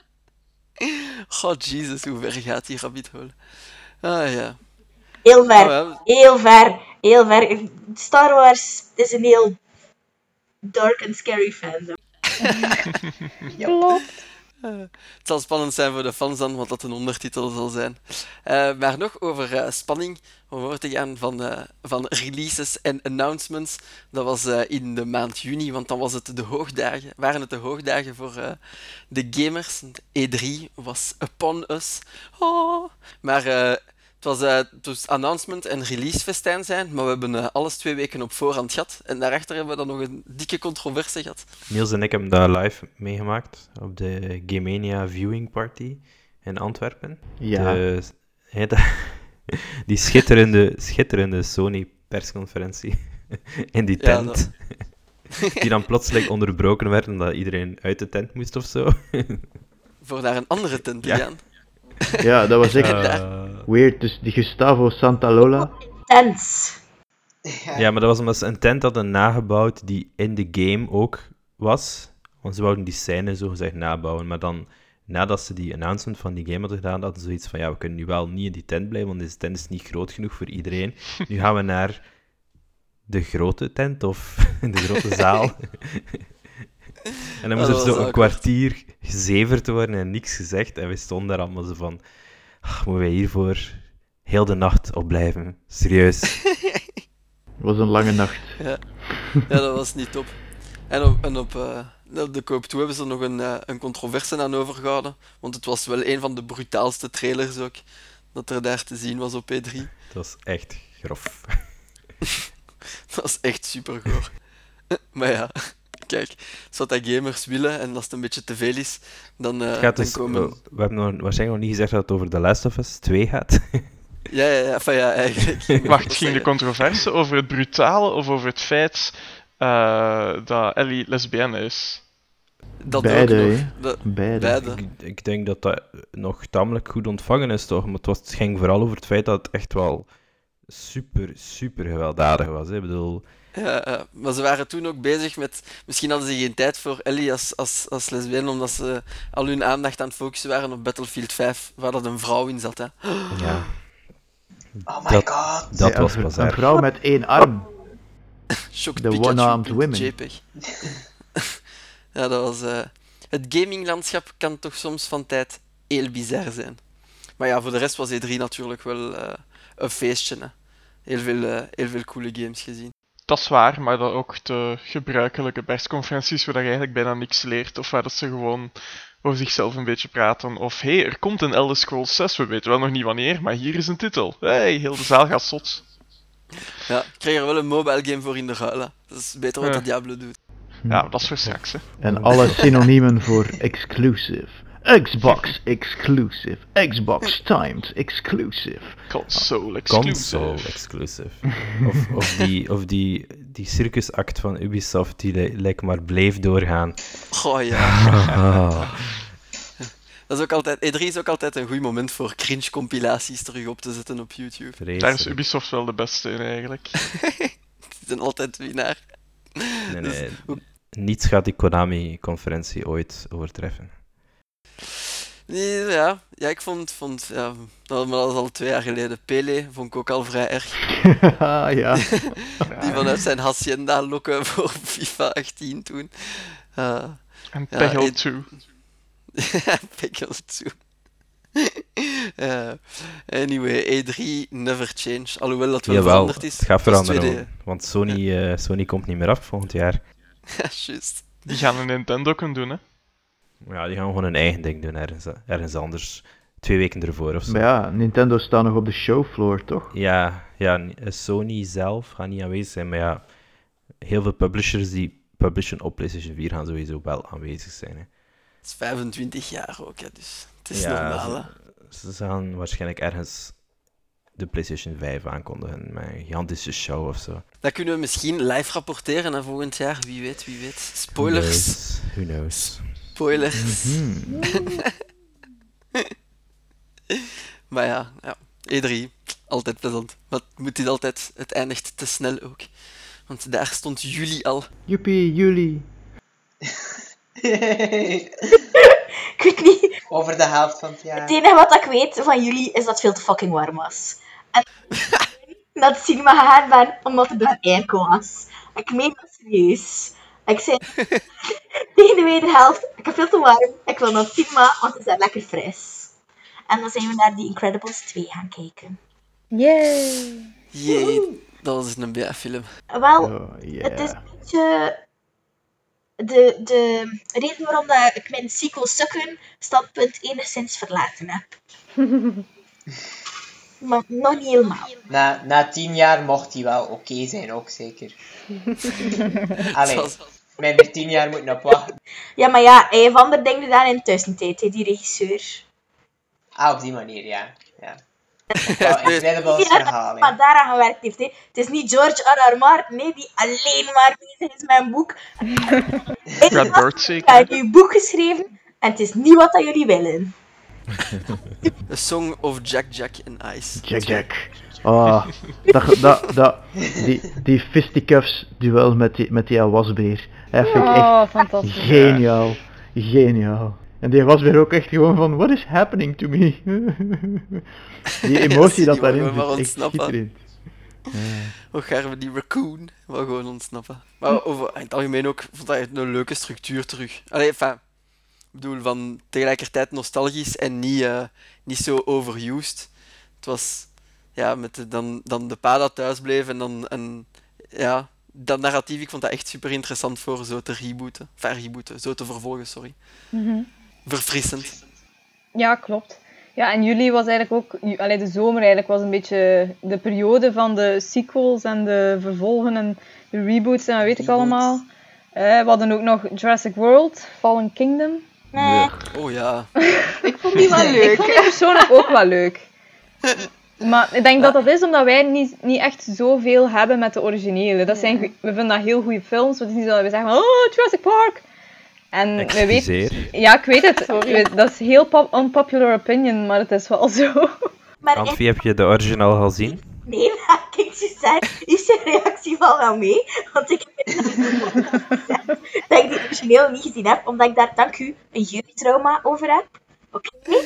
God, Jesus, hoe ver gaat die rabbit hole? Ah ja. Heel ver. Oh, ja. Heel ver. Heel ver. Star Wars is een heel dark and scary fandom. Klopt. Het zal spannend zijn voor de fans dan, wat dat een ondertitel zal zijn. Maar nog over spanning, om over te gaan van releases en announcements. Dat was in de maand juni, want dan was het waren het de hoogdagen voor de gamers. E3 was upon us. Oh. Maar het was announcement en releasefestijn zijn, maar we hebben alles 2 weken op voorhand gehad. En daarachter hebben we dan nog een dikke controverse gehad. Niels en ik hebben dat live meegemaakt op de Gamania Viewing Party in Antwerpen. Ja. Die schitterende Sony-persconferentie in die Ja, tent. Die dan plotseling onderbroken werd omdat iedereen uit de tent moest of zo. Voor naar een andere tent te Ja. gaan. Ja, dat was echt weird. Dus die Gustavo Santalola. Intens. Ja, maar dat was omdat ze een tent hadden nagebouwd die in de game ook was. Want ze wouden die scène zogezegd nabouwen. Maar dan, nadat ze die announcement van die game hadden gedaan, hadden ze zoiets van, ja, we kunnen nu wel niet in die tent blijven, want deze tent is niet groot genoeg voor iedereen. Nu gaan we naar de grote tent, of de grote zaal. En dan moest dat er was zo een awkward. kwartier gezeverd worden en niks gezegd. En we stonden daar allemaal zo van, moeten wij hiervoor heel de nacht opblijven? Serieus. Het was een lange nacht. Ja, dat was niet top. En op de koop toe hebben ze er nog een controverse aan overgehouden. Want het was wel een van de brutaalste trailers ook, dat er daar te zien was op E3. Dat was echt grof. Dat was echt super goor. Maar ja, kijk, als wat dat gamers willen en als het een beetje te veel is, dan, Het gaat dan dus, komen... we hebben waarschijnlijk nog niet gezegd dat het over The Last of Us 2 gaat. Ja, eigenlijk. Wacht, ging de controverse over het brutale of over het feit dat Ellie lesbienne is? Dat Beide, ook nog. hè. Beide. Beide. Ik denk dat dat nog tamelijk goed ontvangen is, toch? Maar het ging vooral over het feit dat het echt wel super gewelddadig was. Hè? Ik bedoel, Ja, maar ze waren toen ook bezig met... Misschien hadden ze geen tijd voor Ellie als lesbienne, omdat ze al hun aandacht aan het focussen waren op Battlefield 5, waar dat een vrouw in zat. Hè. ja, Oh my Dat- god. dat Ja, was een pas erg. vrouw met 1 arm. Shock The one-armed women. JPEG. Ja, dat was... Het gaminglandschap kan toch soms van tijd heel bizar zijn. Maar ja, voor de rest was E3 natuurlijk wel een feestje. Hè. Heel veel coole games gezien. Dat is waar, maar dat ook de gebruikelijke persconferenties waar je eigenlijk bijna niks leert, of waar dat ze gewoon over zichzelf een beetje praten. Of hey, er komt een Elder Scrolls 6, we weten wel nog niet wanneer, maar hier is een titel. Hey, heel de zaal gaat zot. Ja, ik kreeg er wel een mobile game voor in de ruil. Hè. Dat is beter wat Ja. de Diablo doet. Ja, dat is voor straks, hè. En alle synoniemen voor exclusive. Xbox exclusive. Xbox timed exclusive. Console exclusive. console exclusive. Of die circusact van Ubisoft die lijkt maar bleef doorgaan. Goh ja. Ah. Dat is ook altijd, E3 is ook altijd een goed moment voor cringe-compilaties terug op te zetten op YouTube. Daar is Vreselijk. Ubisoft wel de beste in, eigenlijk. Die zijn altijd winnaar. Nee, Dus nee. Niets gaat die Konami-conferentie ooit overtreffen. Nee, ja, ik vond ja, maar dat is al 2 jaar geleden. Pele vond ik ook al vrij erg. Ja. Die vanuit zijn hacienda lokken voor FIFA 18 toen. En Ja, Peggle 2. Peggle 2. Anyway, E3 never change. Alhoewel dat wel Jawel, veranderd is. het gaat Het is veranderen. Want Sony komt niet meer af volgend jaar. Ja, juist. Die gaan een Nintendo kunnen doen, hè. Ja, die gaan gewoon hun eigen ding doen ergens anders. 2 weken ervoor of zo. Maar ja, Nintendo staat nog op de showfloor, toch? Ja, Sony zelf gaat niet aanwezig zijn, maar ja, heel veel publishers die publishen op PlayStation 4 gaan sowieso wel aanwezig zijn. Hè. Het is 25 jaar ook, hè, dus het is Ja, normaal. Hè. Ze gaan waarschijnlijk ergens de PlayStation 5 aankondigen met een gigantische show of zo. Dat kunnen we misschien live rapporteren hè, volgend jaar. Wie weet, wie weet. Spoilers. Who knows? Spoilers. Maar ja, E3, altijd plezant. Maar moet dit altijd, het eindigt te snel ook. Want daar stond juli al. Joepie, jullie. Ik weet niet. Over de helft van het jaar. Het enige wat ik weet van jullie is dat het veel te fucking warm was. En dat het cinema gegaan ben omdat het daar airco was. Ik meen dat serieus. Ik zei tegen de wederhelft, ik heb veel te warm, ik wil naar het cinema, want het is daar lekker fris. En dan zijn we naar die Incredibles 2 gaan kijken. Yay! Jee, dat was een BF-film. Wel, Oh, yeah. het is een beetje de reden waarom dat ik mijn sequel-sukken standpunt enigszins verlaten heb. Maar nog niet helemaal. Na 10 jaar mocht hij wel oké zijn, ook zeker. Allee, mijn er 10 jaar moeten op wachten. Ja, maar ja, hij heeft andere dingen gedaan in de tussentijd, hè, die regisseur. Ah, op die manier, ja. Wel, Incredibles verhaal, hè. Maar daaraan gewerkt heeft. Hè. Het is niet George R.R. Martin, nee, die alleen maar bezig is met een boek. Brad Bird Ik zeker. heb uw boek geschreven en het is niet wat dat jullie willen. A Song of Jack Jack and Ice. Jack. Oh, die fisticuffs duel met die wasbeer. Dat vind ik echt Oh, fantastisch. geniaal. En die wasbeer ook echt gewoon van, what is happening to me? Die emotie dat die wou daarin gewoon maar zit, echt ontsnappen. schitterend. Hoe gaan we die raccoon wel gewoon ontsnappen? Maar over in het algemeen ook vond dat echt een leuke structuur terug. Allee, enfin, ik bedoel, van tegelijkertijd nostalgisch en niet zo overused. Het was, ja, met dan de pa dat thuis bleef en dan, ja, dat narratief, ik vond dat echt super interessant voor zo te rebooten. Zo te vervolgen, sorry. Verfrissend. Ja, klopt. Ja, en juli was eigenlijk ook... de zomer eigenlijk was een beetje de periode van de sequels en de vervolgen en de reboots en wat weet ik allemaal. We hadden ook nog Jurassic World, Fallen Kingdom. Nee. Oh ja. Ik vond die wel leuk. Ik vond die persoonlijk ook wel leuk. Maar ik denk dat is omdat wij niet echt zoveel hebben met de originele. We vinden dat heel goede films. Het is niet zo dat we zeggen, oh, Jurassic Park! En we weten... Ja, ik weet het. Dat is heel unpopular opinion, maar het is wel zo. Maar Antwie, heb je de original al gezien? nee, maar kijk, Suzanne, is zijn reactie wel mee. Want ik heb dat ik die origineel niet gezien heb, omdat ik daar, dank u, een jeugdtrauma over heb. Oké.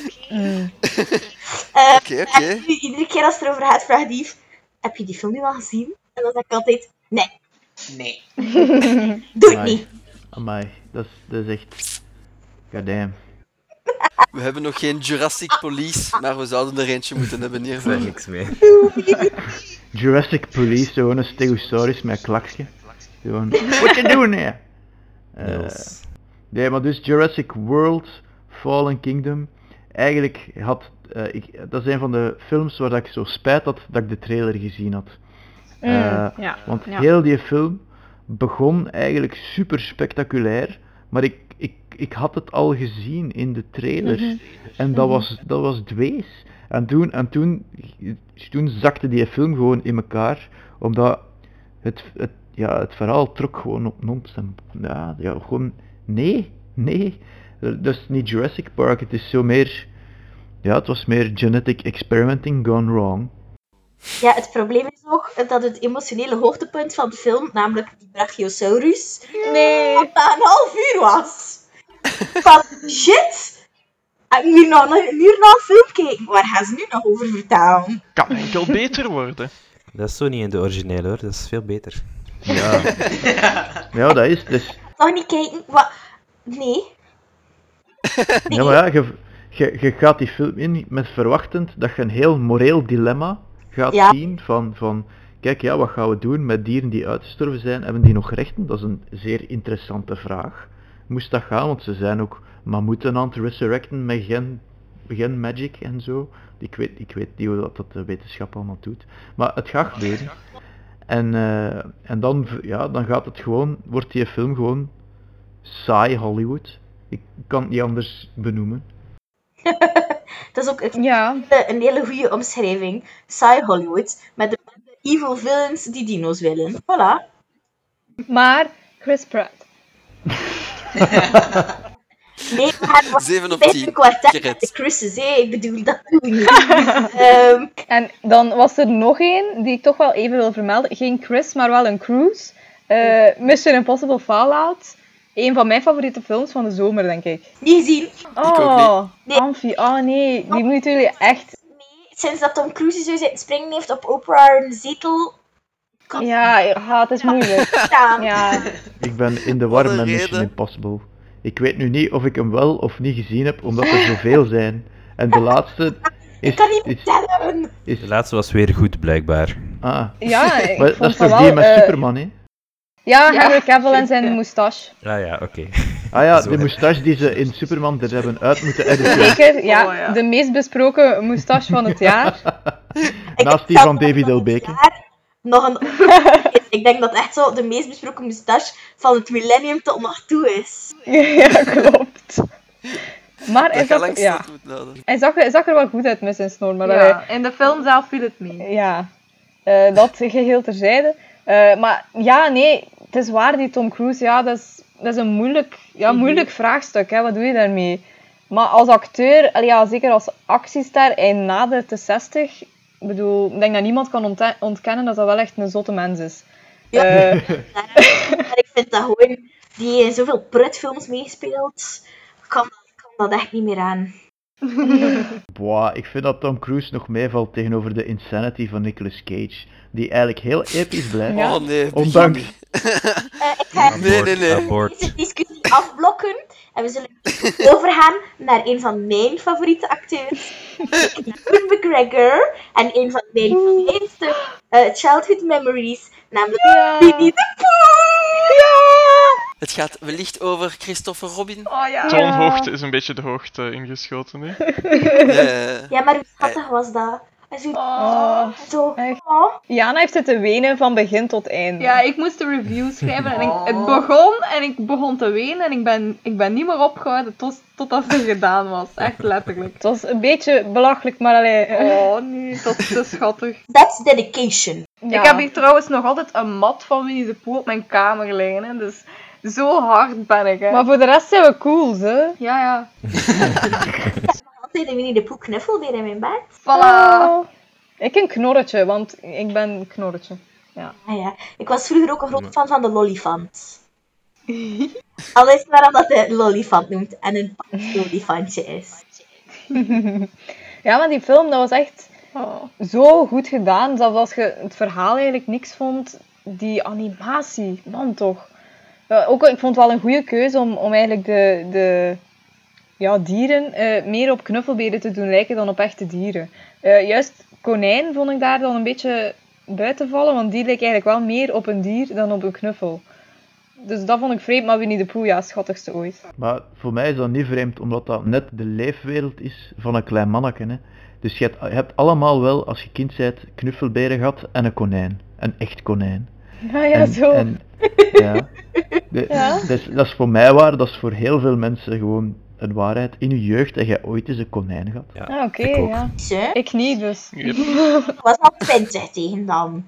Oké. En nu, iedere keer als het erover gaat, vraagt Yves, heb je die film nu al gezien? En dan zeg ik altijd, nee, Nee. doe het niet. Amai, dat is echt... Goddamn. We hebben nog geen Jurassic Police, maar we zouden er eentje moeten hebben Ik zeg hiervoor. niks meer. Jurassic Police, gewoon een stegosaurus met een klaksje. Gewoon, what you doing here? Niels. Nee, maar dus Jurassic World, Fallen Kingdom. Eigenlijk had... dat is een van de films waar ik zo spijt had dat ik de trailer gezien had. Want heel die film begon eigenlijk super spectaculair, maar ik had het al gezien in de trailers. En dat was dwees. En toen zakte die film gewoon in elkaar, omdat het verhaal trok gewoon op nons. En ja, gewoon, nee. Dat is niet Jurassic Park, het is zo meer... Ja, het was meer genetic experimenting gone wrong. Ja, het probleem is ook dat het emotionele hoogtepunt van de film, namelijk die Brachiosaurus, Nee. dat een half uur was. Van, shit! Ik moet hier nog een uur naar een film kijken. Waar gaan ze nu nog over vertellen? Kan enkel beter worden. Dat is zo niet in de originele hoor, dat is veel beter. Ja, ja dat is dus... Nog niet kijken, wat... Nee. Ja, maar ja, je gaat die film in met verwachtend dat je een heel moreel dilemma gaat zien van kijk, ja, wat gaan we doen met dieren die uitgestorven zijn? Hebben die nog rechten? Dat is een zeer interessante vraag. Moest dat gaan, want ze zijn ook mammoeten aan het resurrecten met geen magic en zo. Ik weet niet hoe dat de wetenschap allemaal doet. Maar het gaat gebeuren. En dan gaat het gewoon, wordt die film gewoon saai Hollywood. Ik kan het niet anders benoemen. Dat is ook Ja. een hele goede omschrijving. Saai Hollywood, met de evil villains die dino's willen. Voilà. Maar Chris Pratt. Nee, maar was 7 op 5 10. een kwartet Gered. met de Chris's, hè. Ik bedoel, dat doe ik niet. En dan was er nog één die ik toch wel even wil vermelden. Geen Chris, maar wel een Cruise. Mission Impossible Fallout. Een van mijn favoriete films van de zomer, denk ik. Niet gezien. ook Oh, niet. Amfi. Oh nee, die moeten jullie echt... Nee, sinds dat Tom Cruise zo zitten springen heeft op Oprah een zetel. Ja, het is moeilijk. Staan. Ja. Ik ben in de Wat war een met reden. Mission Impossible. Ik weet nu niet of ik hem wel of niet gezien heb, omdat er zoveel zijn. En de laatste Ik kan niet tellen. is De laatste was weer goed, blijkbaar. Ja, ik maar vond dat is van toch wel... die met Superman, hè? Ja, Henry Cavill en zijn moustache. Ah ja, oké. Ah ja, Zo, de hè. moustache die ze in Superman er hebben uit moeten editen. Zeker, ja. Oh, ja. De meest besproken moustache van het jaar. Naast die van David L. Bacon. Nog een... Ik denk dat echt zo de meest besproken moustache van het millennium tot nog toe is. Ja, klopt. Maar hij Dat gaat zag, langs ja, dat moet nadenken. hij zag er wel goed uit met zijn snor, maar Ja, in de film zelf viel het mee. ja, dat geheel terzijde. Maar ja, nee, het is waar, die Tom Cruise, ja, dat is een moeilijk vraagstuk, hè, wat doe je daarmee? Maar als acteur, ja, zeker als actiester, hij nadert de 60. Ik bedoel, ik denk dat niemand kan ontkennen dat dat wel echt een zotte mens is. Ja. Maar ik vind dat gewoon, die in zoveel prutfilms meespeelt, kan dat echt niet meer aan. Boah, ik vind dat Tom Cruise nog meevalt tegenover de Insanity van Nicolas Cage. Die eigenlijk heel episch blijft. Ja. Oh nee, begin Ondanks... niet. Ik ga Nee. Abort. deze discussie afblokken en we zullen overgaan naar een van mijn favoriete acteurs, Ewan McGregor, en een van mijn favoriete childhood memories, namelijk Winnie the Pooh. Het gaat wellicht over Christopher Robin. Oh ja. Toonhoogte is een beetje de hoogte ingeschoten nu. Ja, maar hoe schattig was dat? En zo, zo, echt. oh. Jana heeft zitten wenen van begin tot einde. Ja, ik moest de review schrijven en het begon en ik begon te wenen en ik ben niet meer opgehouden totdat het gedaan was. Echt letterlijk. Het was een beetje belachelijk, maar allee... Oh nee, dat is te schattig. That's dedication. ja. Ik heb hier trouwens nog altijd een mat van Winnie the Pooh op mijn kamer liggen, hè. Dus zo hard ben ik, hè. Maar voor de rest zijn we cool, hè? Ja. Altijd een Winnie the Pooh knuffelbeer in mijn bed. Voilà. Oh. Ik een knorretje, want ik ben een knorretje. Ah ja, ik was vroeger ook een groot fan van de Lollifant. Al is het maar omdat hij Lollifant noemt en een olifantje is. Ja, maar die film, dat was echt Oh. zo goed gedaan. Zelfs als je het verhaal eigenlijk niks vond, die animatie, man toch. Ook, ik vond het wel een goede keuze om eigenlijk de dieren meer op knuffelberen te doen lijken dan op echte dieren. Juist konijn vond ik daar dan een beetje buiten vallen, want die leek eigenlijk wel meer op een dier dan op een knuffel. Dus dat vond ik vreemd, maar Winnie the Pooh, ja, schattigste ooit. Maar voor mij is dat niet vreemd, omdat dat net de leefwereld is van een klein manneke. Hè. Dus je hebt allemaal wel, als je kind bent, knuffelberen gehad en een konijn. Een echt konijn. Ja, zo. Ja. Ja. Dat is voor mij waar, dat is voor heel veel mensen gewoon een waarheid. In je jeugd heb je ooit eens een konijn gehad. Ja, Oké, ik ook. ja. Zo, Ik niet, dus. Yep. ik was al 20 tegen dan.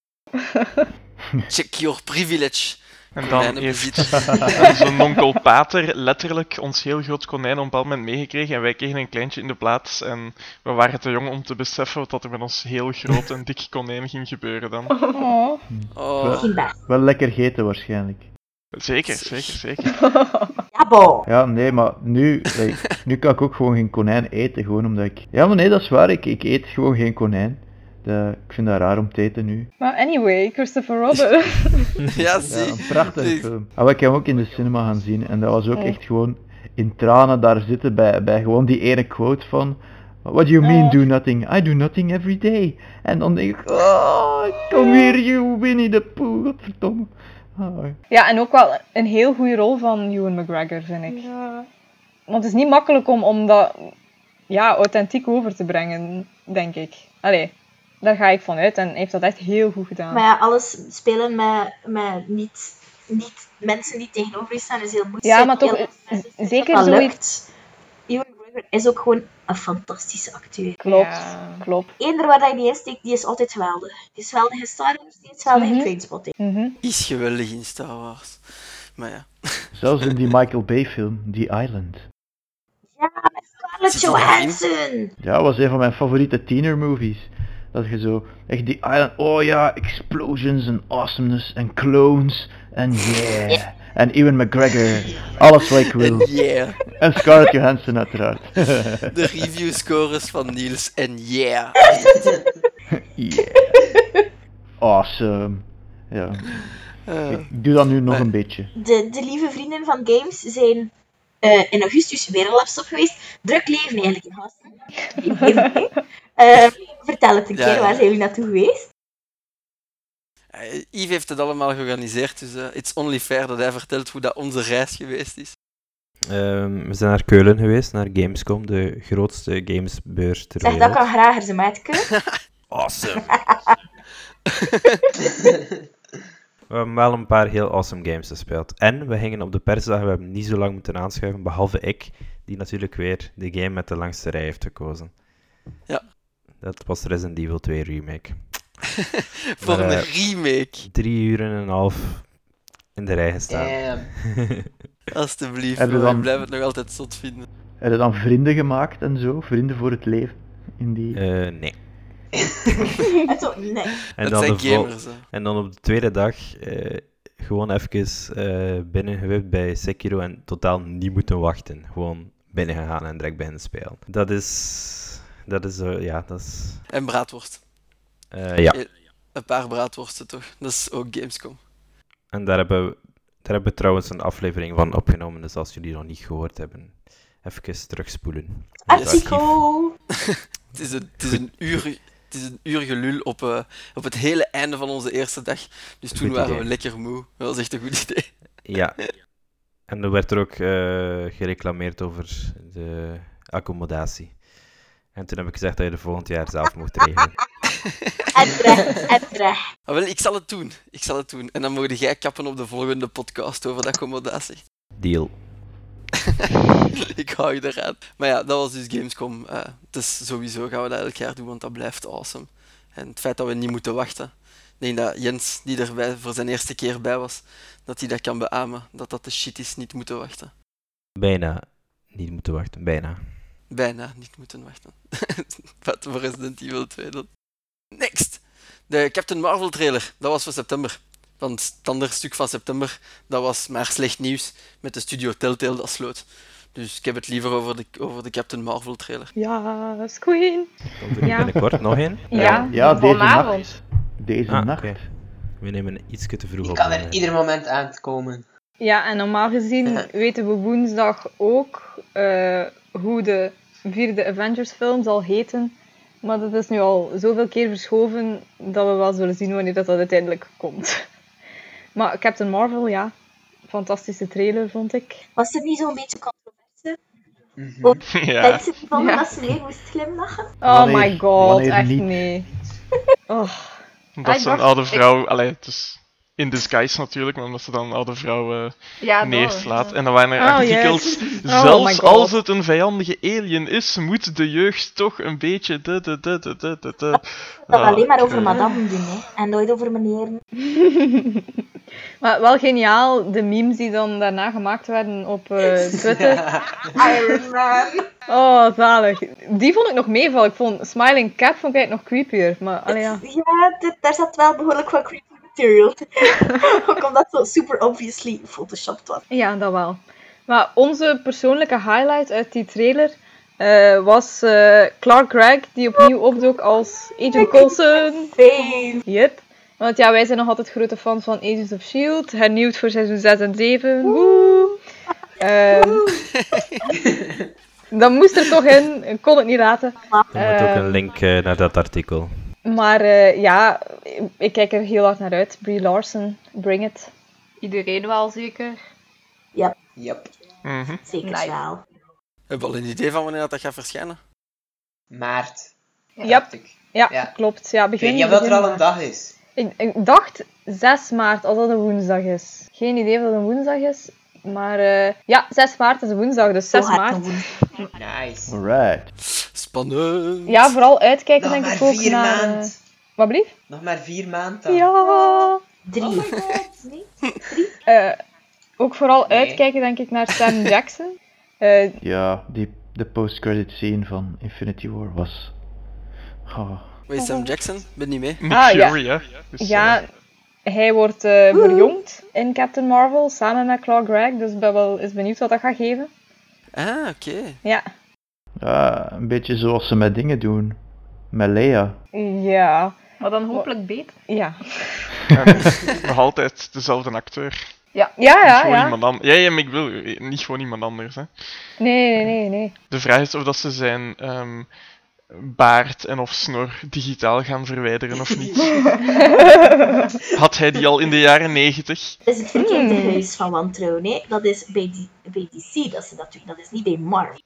Check your privilege. En dan Konijnen heeft bezitten. zo'n onkel Pater letterlijk ons heel groot konijn op een bepaald moment meegekregen en wij kregen een kleintje in de plaats en we waren te jong om te beseffen wat er met ons heel groot en dik konijn ging gebeuren dan. Oh. Oh. Geen best. Wel lekker gegeten waarschijnlijk. Zeker. Ja, bo. Ja, nee, maar nu kan ik ook gewoon geen konijn eten, gewoon omdat ik... Ja, maar nee, dat is waar, ik eet gewoon geen konijn. Ik vind dat raar om te eten nu. Maar anyway, Christopher Robin. Ja, Ja, zie. een prachtige film. Maar ik heb hem ook in de cinema gaan zien en dat was ook echt gewoon in tranen daar zitten bij gewoon die ene quote van What do you mean do nothing? I do nothing every day. En dan denk ik, kom hier you Winnie the Pooh, godverdomme. Oh. Ja, en ook wel een heel goede rol van Ewan McGregor, vind ik. Ja. Want het is niet makkelijk om dat authentiek over te brengen, denk ik. Allee, daar ga ik van uit en hij heeft dat echt heel goed gedaan. Maar ja, alles spelen met niet mensen die tegenover je staan is heel moeilijk. Ja, maar toch, zeker dat zoiets... lukt. Ewan McGregor is ook gewoon een fantastische acteur. Klopt. Eender waar hij die insteekt, die is altijd geweldig. Die is geweldig in Star Wars, die is geweldig in Trainspotting. Die is geweldig in Star Wars. Maar ja. Zelfs in die Michael Bay film, The Island. Ja, met Scarlett Johansson! Ja, dat was een van mijn favoriete tienermovies. Dat je zo, echt die Island, oh ja, explosions en awesomeness en clones en yeah. En Ewan McGregor, alles wat ik wil. En Scarlett Johansson uiteraard. De review scores van Niels en yeah. Awesome. Ja. Ik doe dat nu nog een beetje. De lieve vrienden van Games zijn in augustus weer een lapstop geweest. Druk leven eigenlijk in Hasten. Vertel het een keer, waar zijn jullie naartoe geweest? Yves heeft het allemaal georganiseerd, dus it's only fair dat hij vertelt hoe dat onze reis geweest is. We zijn naar Keulen geweest, naar Gamescom, de grootste gamesbeurs ter wereld. Zeg, dat kan graag, ze maatje. Awesome! We hebben wel een paar heel awesome games gespeeld. En we gingen op de persdag, we hebben niet zo lang moeten aanschuiven, behalve ik, die natuurlijk weer de game met de langste rij heeft gekozen. Ja. Dat was Resident Evil 2 Remake. Voor een remake. 3 uur en een half in de rij gestaan. Alsjeblieft, ik blijf het nog altijd zot vinden. Heb je dan vrienden gemaakt en zo? Vrienden voor het leven? In die... Nee. Nee. En dat zijn gamers. En dan op de tweede dag gewoon even binnengewipt bij Sekiro en totaal niet moeten wachten. Gewoon binnengegaan en direct beginnen spelen. Dat is... En braadworst. Ja. Een paar braadworsten toch? Dat is ook Gamescom. En daar hebben we trouwens een aflevering van opgenomen, dus als jullie nog niet gehoord hebben, even terugspoelen. Artikel! Het is een uur gelul op het hele einde van onze eerste dag. Dus toen waren we lekker moe. Dat was echt een goed idee. Ja. En er werd er ook gereclameerd over de accommodatie. En toen heb ik gezegd dat je de volgend jaar zelf mocht regelen. En terecht. Wel, ik zal het doen. En dan mogen jij kappen op de volgende podcast over de accommodatie. Deal. Ik hou je eraan. Maar ja, dat was dus Gamescom. Dus sowieso gaan we dat elk jaar doen, want dat blijft awesome. En het feit dat we niet moeten wachten. Ik denk dat Jens, die er voor zijn eerste keer bij was, dat hij dat kan beamen. Dat de shit is, niet moeten wachten. Bijna niet moeten wachten, bijna. Bijna niet moeten wachten. Wat voor Resident Evil 2 dan. Next! De Captain Marvel trailer. Dat was voor september. Want het andere stuk van september, dat was maar slecht nieuws met de studio Telltale dat sloot. Dus ik heb het liever over de Captain Marvel trailer. Ja, Queen. Komt er binnenkort nog in? Ja, deze nacht. Deze nacht. Okay. We nemen iets te vroeg op. Ik kan er ieder moment aankomen. Ja, en normaal gezien weten we woensdag ook hoe de 4e Avengers film zal heten. Maar dat is nu al zoveel keer verschoven dat we wel zullen zien wanneer dat uiteindelijk komt. Maar Captain Marvel, ja. Fantastische trailer, vond ik. Was er niet zo'n beetje controverse? Mensen die vonden dat ze weer moest glimlachen? Oh my god, echt niet. Nee. Dat ze een oude vrouw... het is in disguise natuurlijk, maar omdat ze dan een oude vrouw neerslaat. En dan waren er artikels... Zelfs als het een vijandige alien is, moet de jeugd toch een beetje... Dat alleen maar over madame doen, hè. En nooit over meneer. Maar wel geniaal, de memes die dan daarna gemaakt werden op Twitter. Iron Man. Oh, zalig. Die vond ik nog meevallen. Ik vond Smiling Cat vond ik nog creepier. Maar, ja, daar zat wel behoorlijk wat creepy material. Ook omdat het zo super obviously photoshopped was. Ja, dat wel. Maar onze persoonlijke highlight uit die trailer was Clark Gregg, die opnieuw opdook als Agent Coulson. Yep. Want ja, wij zijn nog altijd grote fans van Agents of S.H.I.E.L.D. Hernieuwd voor seizoen 6 en 7. Woe! Dat moest er toch in. Ik kon het niet laten. Er moet ook een link naar dat artikel. Maar ja, ik kijk er heel hard naar uit. Brie Larson, bring it. Iedereen wel, zeker? Ja. Yep. Zeker wel. Heb je al een idee van wanneer dat gaat verschijnen? Maart. Ja. dacht ik. Ja, Ja. klopt. Ja, Ik weet begin, niet of dat er begin al een maart. dag is. Ik dacht 6 maart, als dat een woensdag is. Geen idee of dat een woensdag is. Maar ja, 6 maart is een woensdag, dus 6 Zo hard maart. een woensdag. Nice. Alright. Spannend. Ja, vooral uitkijken Nog denk maar ik ook 4 naar... maanden. Wat blieft? Nog maar 4 maanden dan. Ja! 3. Oh my god. Nee? Ook vooral Nee. uitkijken denk ik naar Sam Jackson. Ja, de post-credit scene van Infinity War was... Oh. Weet je Sam Jackson? Ben niet mee. Nick Ah, ja. Fury, ja. Dus, Ja, hij wordt verjongd in Captain Marvel samen met Claw Gregg, dus ik ben wel eens benieuwd wat dat gaat geven. Ah, oké. Ja. Ja, een beetje zoals ze met dingen doen. Met Leia. Ja. Maar dan hopelijk beter. Ja. nog altijd dezelfde acteur. Ja, Niet ja, gewoon ja. iemand anders. Ja, maar ik wil niet gewoon iemand anders. Hè. Nee. De vraag is of dat ze zijn baard en of snor digitaal gaan verwijderen of niet. Had hij die al in de jaren 90? Dat is het verkeerde huis van wantrouwen. Hè. Dat is bij DC dat ze dat doen. Dat is niet bij Marvel.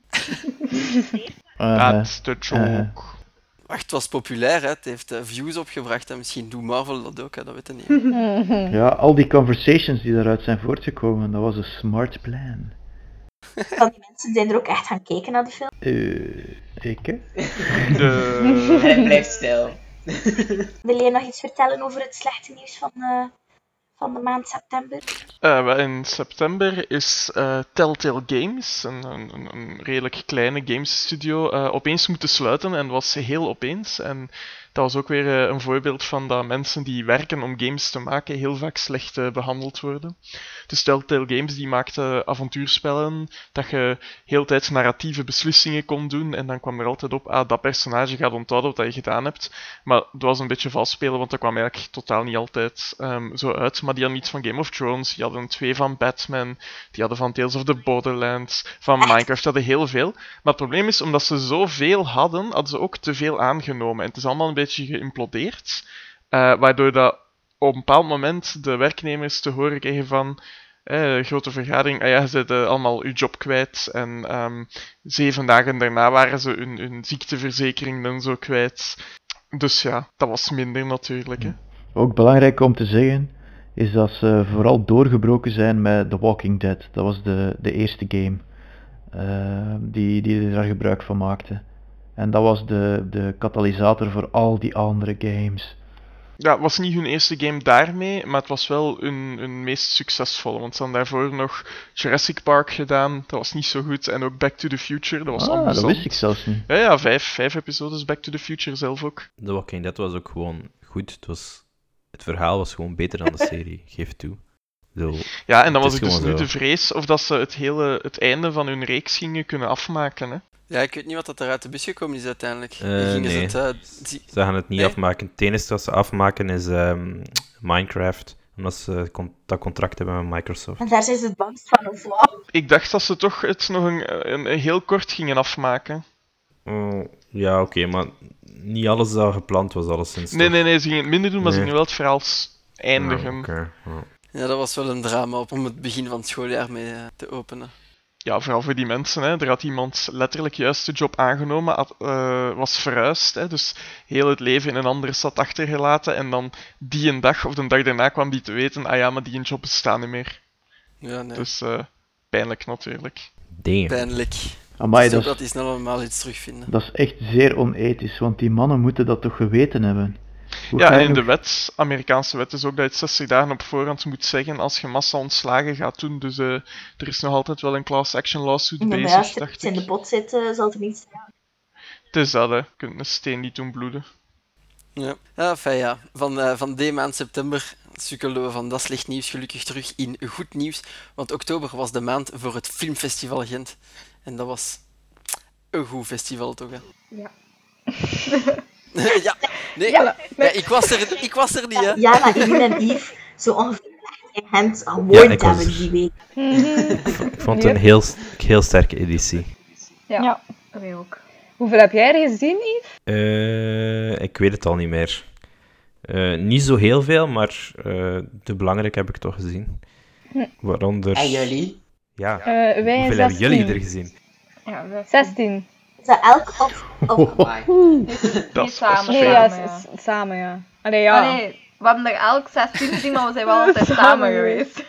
Dat is de joke. Wacht, het was populair, hè. Het heeft views opgebracht. Hè. Misschien doet Marvel dat ook, hè. Dat weet ik niet. Ja, al die conversations die daaruit zijn voortgekomen, dat was een smart plan. Van die mensen zijn er ook echt gaan kijken naar die film. Ik hè? De... Hij blijft stil. Wil jij nog iets vertellen over het slechte nieuws van de maand september? In september is Telltale Games, een redelijk kleine gamesstudio, opeens moeten sluiten. En dat was heel opeens. En dat was ook weer een voorbeeld van dat mensen die werken om games te maken heel vaak slecht behandeld worden. Dus Telltale Games die maakte avontuurspellen dat je heel tijd narratieve beslissingen kon doen. En dan kwam er altijd op, dat personage gaat onthouden wat je gedaan hebt. Maar dat was een beetje vals spelen, want dat kwam eigenlijk totaal niet altijd zo uit. Maar die hadden iets van Game of Thrones, die hadden 2 van Batman, die hadden van Tales of the Borderlands, van Minecraft, die hadden heel veel. Maar het probleem is, omdat ze zoveel hadden ze ook te veel aangenomen. En het is allemaal een beetje geïmplodeerd, waardoor dat op een bepaald moment de werknemers te horen kregen van grote vergadering, je zit allemaal je job kwijt. En 7 dagen daarna waren ze hun ziekteverzekering dan zo kwijt. Dus ja, dat was minder natuurlijk. Hè. Ook belangrijk om te zeggen, is dat ze vooral doorgebroken zijn met The Walking Dead. Dat was de eerste game die daar gebruik van maakte. En dat was de katalysator voor al die andere games. Ja, het was niet hun eerste game daarmee, maar het was wel hun meest succesvolle. Want ze hadden daarvoor nog Jurassic Park gedaan, dat was niet zo goed. En ook Back to the Future, dat was amusant. Dat wist ik zelfs niet. Ja, 5 episodes Back to the Future zelf ook. The Walking Dead was ook gewoon goed. Het verhaal was gewoon beter dan de serie, geef toe. Ja, en dan het was is ik dus gewoon nu zo. de vrees of dat ze het einde van hun reeks gingen kunnen afmaken. Hè. Ja, ik weet niet wat dat er uit de bus gekomen is uiteindelijk. Nee. Ze Ze gaan het niet Nee? afmaken. Het enige wat ze afmaken is Minecraft. Omdat ze dat contract hebben met Microsoft. En daar zijn ze het bangst van, of wat? Ik dacht dat ze toch het nog een heel kort gingen afmaken. Ja, oké, maar niet alles dat gepland was, alleszins. Nee, ze gingen het minder doen, maar ze Nee. gingen wel het verhaal eindigen. Oké. Ja, dat was wel een drama om het begin van het schooljaar mee te openen. Ja, vooral voor die mensen. Hè. Er had iemand letterlijk juist de job aangenomen, was verhuisd. Hè. Dus heel het leven in een andere stad achtergelaten. En dan die een dag of de dag daarna kwam die te weten, maar die een job bestaat niet meer. Ja, nee. Dus pijnlijk natuurlijk. Damn. Pijnlijk. Amai, Dus ook dat dat is, die snel allemaal iets terugvinden. dat is echt zeer onethisch, want die mannen moeten dat toch geweten hebben. Hoe Ja, ga en je in de nog- Amerikaanse wet is ook dat je het 60 dagen op voorhand moet zeggen als je massa ontslagen gaat doen. Dus er is nog altijd wel een class action lawsuit Ja, maar bezig, als er dacht iets in de ik. pot zit, zal er niets staan. Het is dat, hè. Je kunt een steen niet doen bloeden. Ja, enfin, ja. Van die maand september sukkelden we van dat slecht nieuws gelukkig terug in goed nieuws. Want oktober was de maand voor het Filmfestival Gent. En dat was een goed festival, toch? Hè? Ja. Ja, nee, Ja, ja, ik was er niet, hè. Jana, Eline en Yves zo ongeveer echt in Gent Ja, gewoond ik was hebben er. die week. Ik vond het een heel sterke editie. Ja. Wij ook. Hoeveel heb jij er gezien, Yves? Ik weet het al niet meer. Niet zo heel veel, maar de belangrijke heb ik toch gezien. Waaronder... En jullie? Ja, Wij hoeveel hebben jullie er gezien? Ja, 16. Is dat elk of... Amai. Dat is samen. Nee, veel. ja, samen, ja. Allee, ja. Allee, we hebben er elk 16 gezien, maar we zijn wel altijd samen geweest.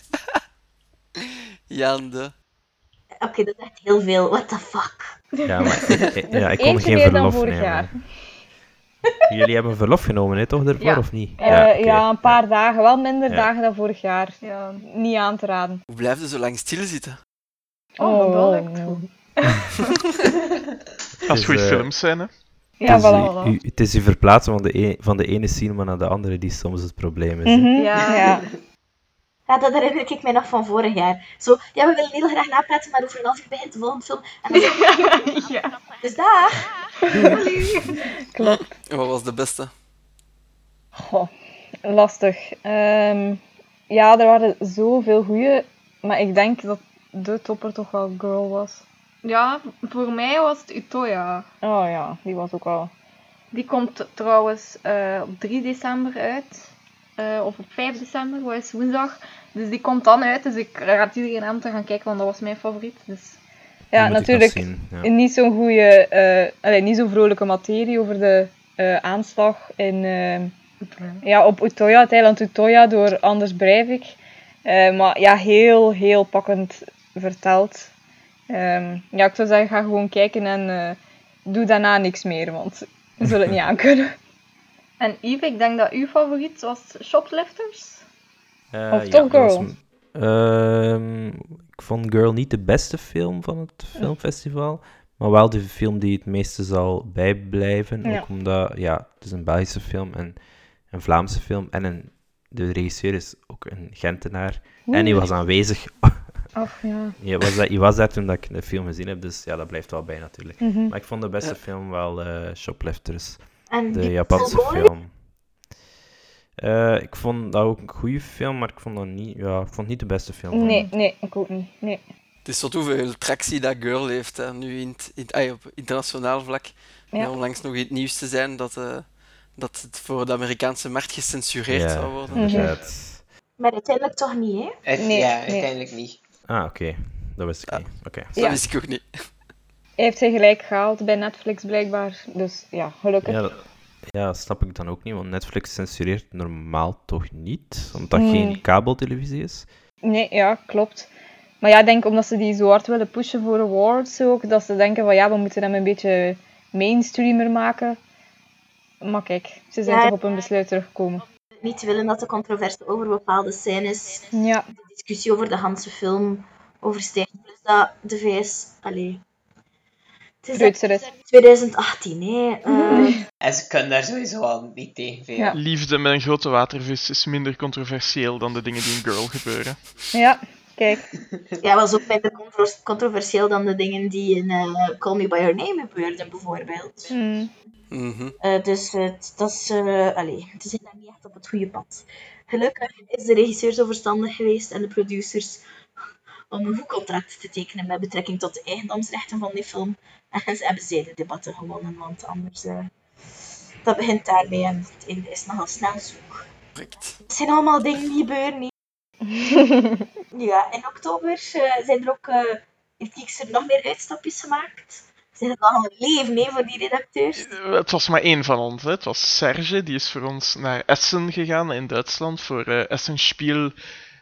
Jande. Oké, dat is echt heel veel. What the fuck? Ja, maar ik kon Eentje geen meer dan verlof vorig nemen. jaar. Jullie hebben verlof genomen, hè, toch, daarvoor, Ja. of niet? Ja, oké. een paar dagen. Wel minder Ja. dagen dan vorig jaar. Ja. Niet aan te raden. Hoe blijf je zo lang stilzitten? Oh, dat lukt no. goed. Als Dus, goede films zijn, hè. Ja, het, is voilà. het is je verplaatsen van de ene cinema naar de andere die soms het probleem is. Hè. Mhm. Ja. Ja. Ja, dat herinner ik mij nog van vorig jaar. Zo, ja, we willen heel graag napraten, maar over een half uur begint de volgende film. En dan zeg Ja. dus daar. Klopt. En wat was de beste? Goh, lastig. Ja, er waren zoveel goeie, maar ik denk dat de topper toch wel Girl was. Ja, voor mij was het Utoya. Oh ja, die was ook wel. Die komt trouwens op 3 december uit. Of op 5 december, wat is woensdag. Dus die komt dan uit, dus ik raad iedereen aan te gaan kijken, want dat was mijn favoriet. Dus... Ja, Die moet ik natuurlijk nog zien, ja. niet zo'n goede, niet zo'n vrolijke materie over de aanslag in, op Utoya, het eiland Utoya, door Anders Breivik. Maar ja, heel, heel pakkend verteld. Ja, ik zou zeggen, ga gewoon kijken en doe daarna niks meer, want we zullen het niet aankunnen. En Yves, ik denk dat uw favoriet was Shoplifters. Of toch dat was Girl? ik vond Girl niet de beste film van het filmfestival, maar wel de film die het meeste zal bijblijven. Ja. Ook omdat, het is een Belgische film en een Vlaamse film en de regisseur is ook een Gentenaar. En hij was aanwezig. Ach ja. Je was daar toen dat ik de film gezien heb, dus ja, dat blijft wel bij natuurlijk. Mhm. Maar ik vond de beste film wel Shoplifters, En de die Japanse Full film. Ik vond dat ook een goede film, maar ik vond het niet de beste film. Nee, ik ook niet. Nee. Het is tot hoeveel tractie dat Girl heeft hè, nu op internationaal vlak. Ja. Ja, onlangs nog in het nieuws te zijn dat het voor de Amerikaanse markt gecensureerd zou worden. Mhm. Inderdaad. Maar uiteindelijk toch niet, hè? Nee, Ja, nee. uiteindelijk niet. Ah, oké. Dat wist ik niet. Oké. Dat Ja. wist ik ook niet. Hij heeft zijn gelijk gehaald bij Netflix blijkbaar. Dus ja, gelukkig. Ja, dat snap ik dan ook niet, want Netflix censureert normaal toch niet, omdat dat Nee. geen kabeltelevisie is. Nee, ja, klopt. Maar ja, ik denk omdat ze die zo hard willen pushen voor awards ook, dat ze denken van ja, we moeten hem een beetje mainstreamer maken. Maar kijk, ze zijn Ja. toch op een besluit teruggekomen. Niet willen dat de controverse over bepaalde scènes, Ja, de discussie over de Hanse film, overstijgt. Plus dat de VS... Allee... Het is Preutser is. 2018, hè. En ze kunnen daar sowieso al niet tegen veel. Ja. Liefde met een grote watervis is minder controversieel dan de dingen die in Girl gebeuren. ja, kijk. Ja, was ook minder controversieel dan de dingen die in Call Me By Your Name gebeurden, bijvoorbeeld. Mm. Mhm. Dus dat is... allee, ze zijn daar niet echt op het goede pad. Gelukkig is de regisseur zo verstandig geweest en de producers om een goed contract te tekenen met betrekking tot de eigendomsrechten van die film. En ze hebben zedendebatten gewonnen, want anders... dat begint daarmee en het einde is nogal snel zoek. Correct. Het zijn allemaal dingen die gebeuren, niet? Ja, in oktober zijn er ook... heeft Kiekster nog meer uitstapjes gemaakt. Zijn het nogal een leven, hè, voor die redacteurs. Het was maar één van ons. Hè. Het was Serge, die is voor ons naar Essen gegaan in Duitsland voor Essen Spiel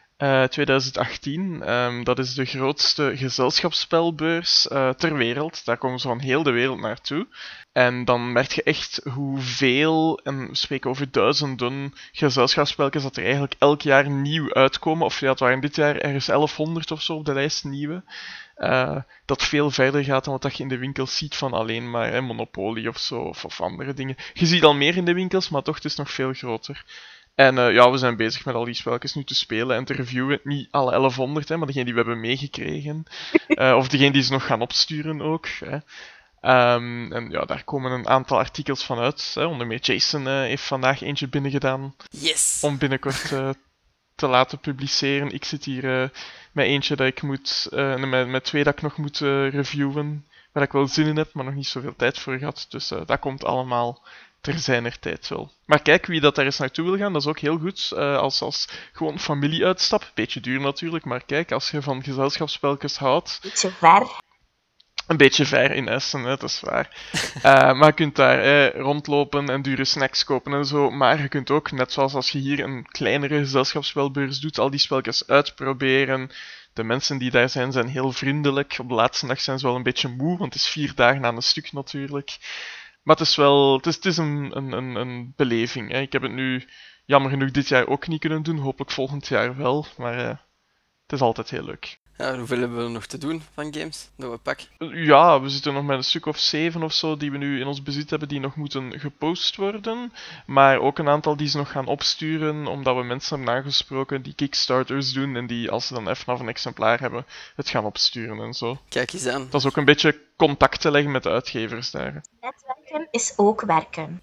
2018. Dat is de grootste gezelschapsspelbeurs ter wereld. Daar komen ze van heel de wereld naartoe. En dan merk je echt hoeveel, en we spreken over duizenden gezelschapsspelletjes, dat er eigenlijk elk jaar nieuw uitkomen. Of ja, het waren dit jaar ergens 1100 of zo op de lijst nieuwe. Dat veel verder gaat dan wat je in de winkels ziet van alleen maar Monopoly of zo, of andere dingen. Je ziet al meer in de winkels, maar toch, het is nog veel groter. En we zijn bezig met al die spelletjes nu te spelen en te reviewen. Niet alle 1100, maar degene die we hebben meegekregen. Of degene die ze nog gaan opsturen ook. Hè. En ja, daar komen een aantal artikels van uit. Hè. Onder meer Jason heeft vandaag eentje binnengedaan Yes! om binnenkort te laten publiceren. Ik zit hier met eentje dat ik moet, met twee dat ik nog moet reviewen, waar ik wel zin in heb, maar nog niet zoveel tijd voor gehad. Dus dat komt allemaal ter zijner tijd wel. Maar kijk, wie dat daar eens naartoe wil gaan, dat is ook heel goed. Als gewoon familieuitstap. Beetje duur natuurlijk, maar kijk, als je van gezelschapsspelletjes houdt, Beetje ver. een beetje ver in Essen, hè, dat is waar. Maar je kunt daar rondlopen en dure snacks kopen en zo. Maar je kunt ook, net zoals als je hier een kleinere gezelschapsspelbeurs doet, al die spelletjes uitproberen. De mensen die daar zijn heel vriendelijk. Op de laatste dag zijn ze wel een beetje moe, want het is 4 dagen aan een stuk natuurlijk. Maar het is wel, het is een beleving. Hè. Ik heb het nu jammer genoeg dit jaar ook niet kunnen doen. Hopelijk volgend jaar wel. Maar het is altijd heel leuk. Ja, hoeveel hebben we nog te doen van games? Nog een pak? Ja, we zitten nog met een stuk of 7 of zo die we nu in ons bezit hebben, die nog moeten gepost worden. Maar ook een aantal die ze nog gaan opsturen, omdat we mensen hebben aangesproken die Kickstarters doen en die, als ze dan even af een exemplaar hebben, het gaan opsturen en zo. Kijk eens aan. Dat is ook een beetje contact te leggen met de uitgevers daar. Netwerken is ook werken.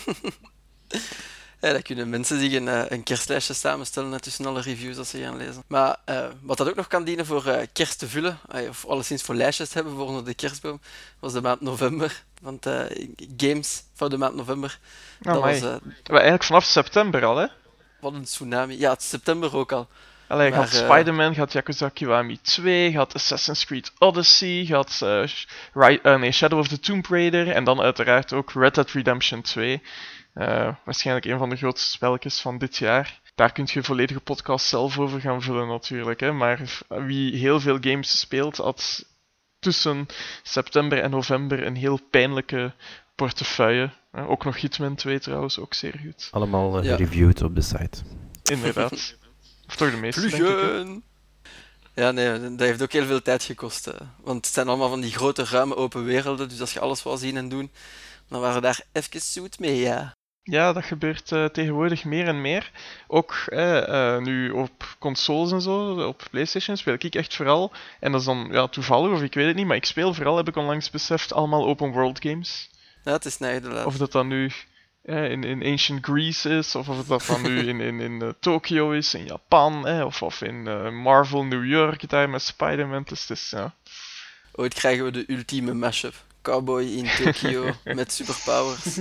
Ja, dan kunnen mensen zich een kerstlijstje samenstellen tussen alle reviews dat ze gaan lezen. Maar wat dat ook nog kan dienen voor kerst te vullen, of alleszins voor lijstjes te hebben voor onder de kerstboom, was de maand november. Want games van de maand november, dat was... Maar eigenlijk vanaf september al, hè? Wat een tsunami. Ja, het is september ook al. Allee, je had Spider-Man, je had Yakuza Kiwami 2, je had Assassin's Creed Odyssey, je had Shadow of the Tomb Raider en dan uiteraard ook Red Dead Redemption 2. Waarschijnlijk een van de grootste spelletjes van dit jaar. Daar kun je volledige podcast zelf over gaan vullen natuurlijk. Hè. Maar wie heel veel games speelt, had tussen september en november een heel pijnlijke portefeuille. Ook nog Hitman 2 trouwens, ook zeer goed. Allemaal gereviewd op de site. Inderdaad. Of toch de meeste, denk ik. Ja, nee, dat heeft ook heel veel tijd gekost. Want het zijn allemaal van die grote, ruime open werelden. Dus als je alles wou zien en doen, dan waren we daar even zoet mee, ja. Ja, dat gebeurt tegenwoordig meer en meer. Ook nu op consoles en zo, op PlayStation speel ik echt vooral. En dat is dan toevallig, of ik weet het niet, maar ik speel vooral, heb ik onlangs beseft, allemaal open world games. Ja, het is inderdaad. Of dat dan nu in Ancient Greece is, of dat dan nu in Tokio is, in Japan, of in Marvel New York, daar met Spider-Man. Dus ja. Ooit krijgen we de ultieme mashup. Cowboy in Tokio met superpowers.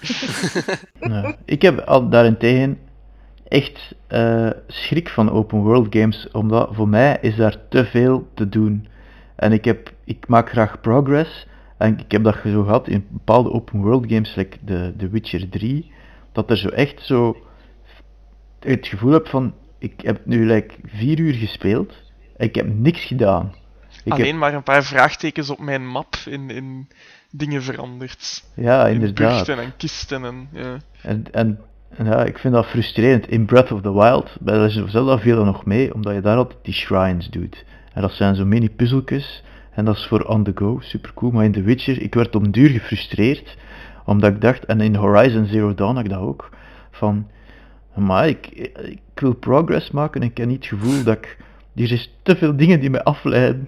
Nou, ik heb al daarentegen echt schrik van open world games, omdat voor mij is daar te veel te doen. En ik maak graag progress, en ik heb dat zo gehad in bepaalde open world games, like The Witcher 3, dat er zo echt zo het gevoel heb van, ik heb nu 4 uur gespeeld, en ik heb niks gedaan. Alleen maar een paar vraagtekens op mijn map in dingen veranderd. Ja, inderdaad. In burchten en kisten en... Ja. En ja, ik vind dat frustrerend. In Breath of the Wild, bij Legend of Zelda viel dat nog mee, omdat je daar altijd die shrines doet. En dat zijn zo mini-puzzeltjes, en dat is voor on the go, super cool. Maar in The Witcher, ik werd op den duur gefrustreerd, omdat ik dacht, en in Horizon Zero Dawn had ik dat ook, van, maar ik wil progress maken en ik heb niet het gevoel dat ik... Er is te veel dingen die mij afleiden.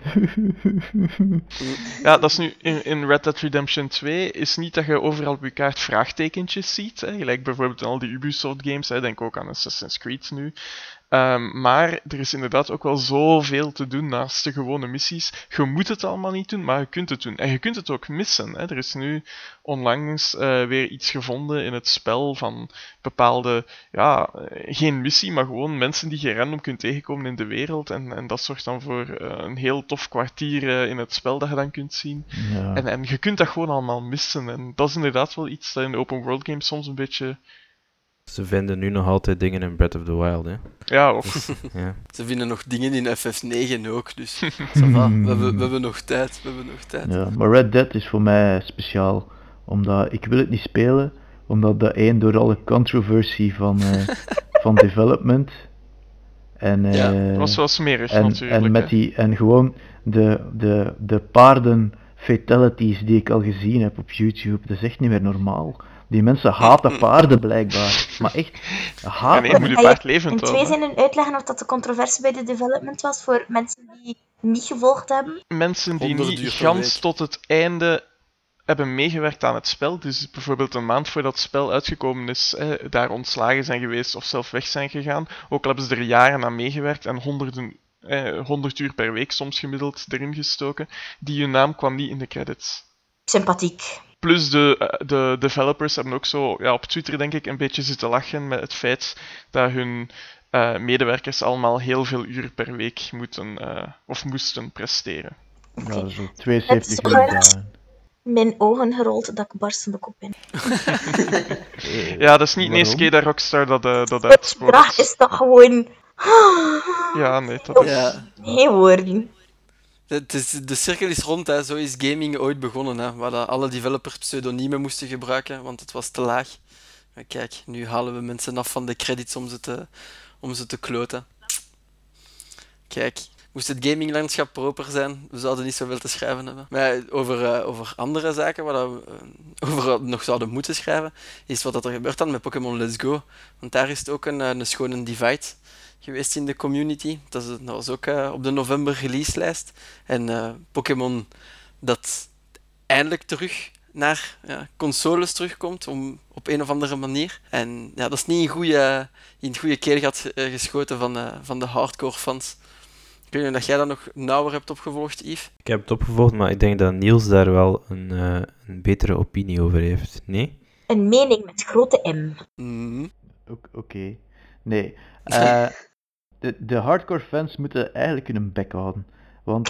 Ja, dat is nu in Red Dead Redemption 2 is niet dat je overal op je kaart vraagtekentjes ziet. Hè. Gelijk bijvoorbeeld in al die Ubisoft games, hè. Denk ook aan Assassin's Creed nu. Maar er is inderdaad ook wel zoveel te doen naast de gewone missies. Je moet het allemaal niet doen, maar je kunt het doen. En je kunt het ook missen. Hè. Er is nu onlangs weer iets gevonden in het spel van bepaalde, geen missie, maar gewoon mensen die je random kunt tegenkomen in de wereld. En dat zorgt dan voor een heel tof kwartier in het spel dat je dan kunt zien. Ja. En je kunt dat gewoon allemaal missen. En dat is inderdaad wel iets dat in de open world games soms een beetje... Ze vinden nu nog altijd dingen in Breath of the Wild, hè? Ja, ook. Ja. Ze vinden nog dingen in FF9 ook, dus we hebben nog tijd, Ja, maar Red Dead is voor mij speciaal, omdat ik wil het niet spelen, omdat dat door alle controversie van development en dat was wel smerig natuurlijk. En gewoon de paarden fatalities die ik al gezien heb op YouTube, dat is echt niet meer normaal. Die mensen haten paarden blijkbaar. Maar echt, haten. Ja, nee, moet je paard levend in 2 zinnen uitleggen of dat de controverse bij de development was voor mensen die niet gevolgd hebben? Mensen die niet gans tot het einde hebben meegewerkt aan het spel. Dus bijvoorbeeld een maand voordat het spel uitgekomen is, daar ontslagen zijn geweest of zelf weg zijn gegaan. Ook al hebben ze er jaren aan meegewerkt en 100 uur per week soms gemiddeld erin gestoken. Hun naam kwam niet in de credits. Sympathiek. Plus de developers hebben ook zo op Twitter denk ik een beetje zitten lachen met het feit dat hun medewerkers allemaal heel veel uren per week moesten presteren. Ja, zo 72 uur dagen. Mijn ogen gerold dat ik barstende kop ben. Ja, dat is niet de eerste keer dat Rockstar dat Het uitspoort. gedrag is toch gewoon... Ja, nee, dat is... Ja. Nee, woorden. De cirkel is rond, hè. Zo is gaming ooit begonnen, hè. Waar dat alle developers pseudoniemen moesten gebruiken, want het was te laag. Maar kijk, nu halen we mensen af van de credits om ze te kloten. Kijk, moest het gaminglandschap proper zijn, we zouden niet zoveel te schrijven hebben. Maar ja, over andere zaken, waar we over nog zouden moeten schrijven, is wat er gebeurt dan met Pokémon Let's Go. Want daar is het ook een schone divide geweest in de community. Dat was ook op de november releaselijst. En Pokémon dat eindelijk terug naar consoles terugkomt, op een of andere manier. En ja, dat is niet in het goede keelgat geschoten van de hardcore fans. Ik weet niet of jij dat nog nauwer hebt opgevolgd, Yves? Ik heb het opgevolgd, maar ik denk dat Niels daar wel een betere opinie over heeft. Nee? Een mening met grote M. Oké. Nee. De hardcore fans moeten eigenlijk hun bek houden. Want...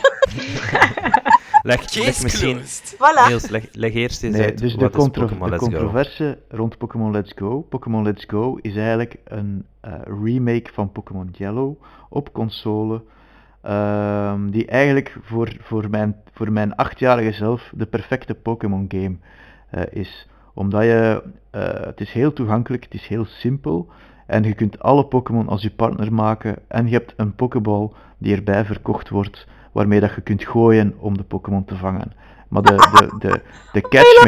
leg misschien... Voilà. Niels, leg eerst eens uit dus wat de is Pokémon Let's Go. controverse rond Pokémon Let's Go. Pokémon Let's Go is eigenlijk een remake van Pokémon Yellow op console. Die eigenlijk voor mijn 8-jarige zelf de perfecte Pokémon game is. Omdat het is heel toegankelijk, het is heel simpel. En je kunt alle Pokémon als je partner maken. En je hebt een Pokéball die erbij verkocht wordt, waarmee dat je kunt gooien om de Pokémon te vangen. Maar de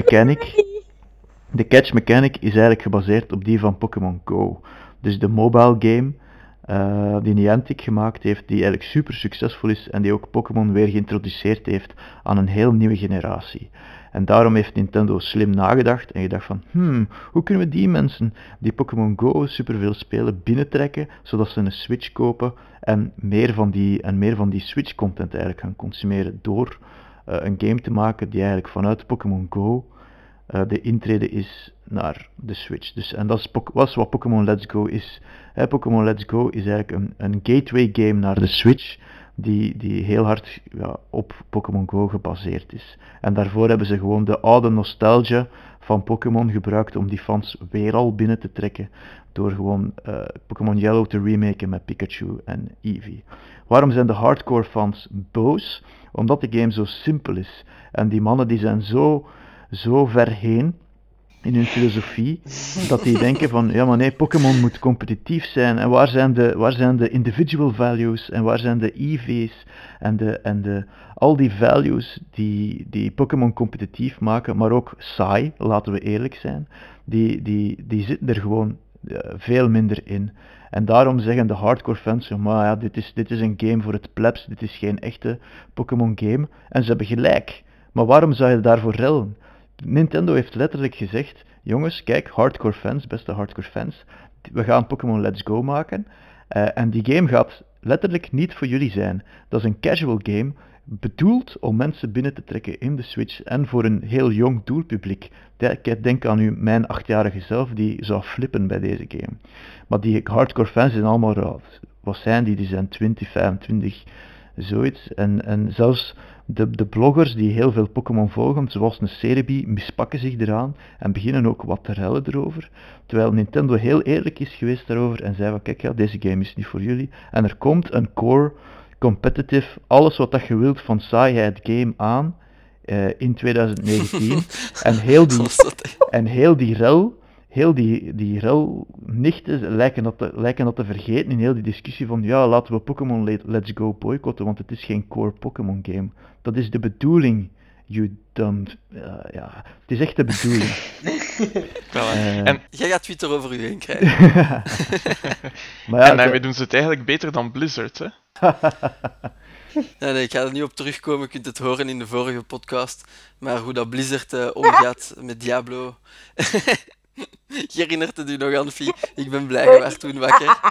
catch mechanic is eigenlijk gebaseerd op die van Pokémon Go. Dus de mobile game die Niantic gemaakt heeft, die eigenlijk super succesvol is en die ook Pokémon weer geïntroduceerd heeft aan een heel nieuwe generatie. En daarom heeft Nintendo slim nagedacht en gedacht van, hoe kunnen we die mensen die Pokémon Go superveel spelen binnentrekken, zodat ze een Switch kopen en meer van die Switch-content eigenlijk gaan consumeren door een game te maken die eigenlijk vanuit Pokémon Go de intrede is naar de Switch. Dus, en dat is wat Pokémon Let's Go is. Pokémon Let's Go is eigenlijk een gateway game naar de Switch, die heel hard op Pokémon Go gebaseerd is. En daarvoor hebben ze gewoon de oude nostalgie van Pokémon gebruikt om die fans weer al binnen te trekken, door gewoon Pokémon Yellow te remaken met Pikachu en Eevee. Waarom zijn de hardcore fans boos? Omdat de game zo simpel is. En die mannen die zijn zo ver heen in hun filosofie, dat die denken van, ja maar nee, Pokémon moet competitief zijn, en waar zijn de individual values, en waar zijn de EV's, en al die values die Pokémon competitief maken, maar ook saai, laten we eerlijk zijn, die zitten er gewoon veel minder in. En daarom zeggen de hardcore fans, maar ja, dit is een game voor het plebs, dit is geen echte Pokémon game, en ze hebben gelijk. Maar waarom zou je daarvoor rellen? Nintendo heeft letterlijk gezegd, jongens, kijk, hardcore fans, beste hardcore fans, we gaan Pokémon Let's Go maken. En die game gaat letterlijk niet voor jullie zijn. Dat is een casual game, bedoeld om mensen binnen te trekken in de Switch en voor een heel jong doelpubliek. Denk aan mijn 8-jarige zelf, die zou flippen bij deze game. Maar die hardcore fans zijn allemaal, wat zijn die? Die zijn 20, 25, zoiets. En zelfs de bloggers die heel veel Pokémon volgen, zoals een Cerebi, mispakken zich eraan en beginnen ook wat te rellen erover. Terwijl Nintendo heel eerlijk is geweest daarover en zei van, kijk, ja, deze game is niet voor jullie. En er komt een core, competitive, alles wat dat je wilt van saaiheid game aan in 2019. en heel die rel, die rel-nichten lijken dat te vergeten in heel die discussie van, ja, laten we Pokémon Let's Go boycotten, want het is geen core Pokémon game. Dat is de bedoeling, you dumb... ja, het is echt de bedoeling. En jij gaat Twitter over u heen krijgen. Maar ja, en daarmee doen ze het eigenlijk beter dan Blizzard, hè? Nee, ik ga er niet op terugkomen, je kunt het horen in de vorige podcast. Maar hoe dat Blizzard omgaat met Diablo... Je herinnert het u nog aan, Fie? Ik ben blij geweest toen wakker.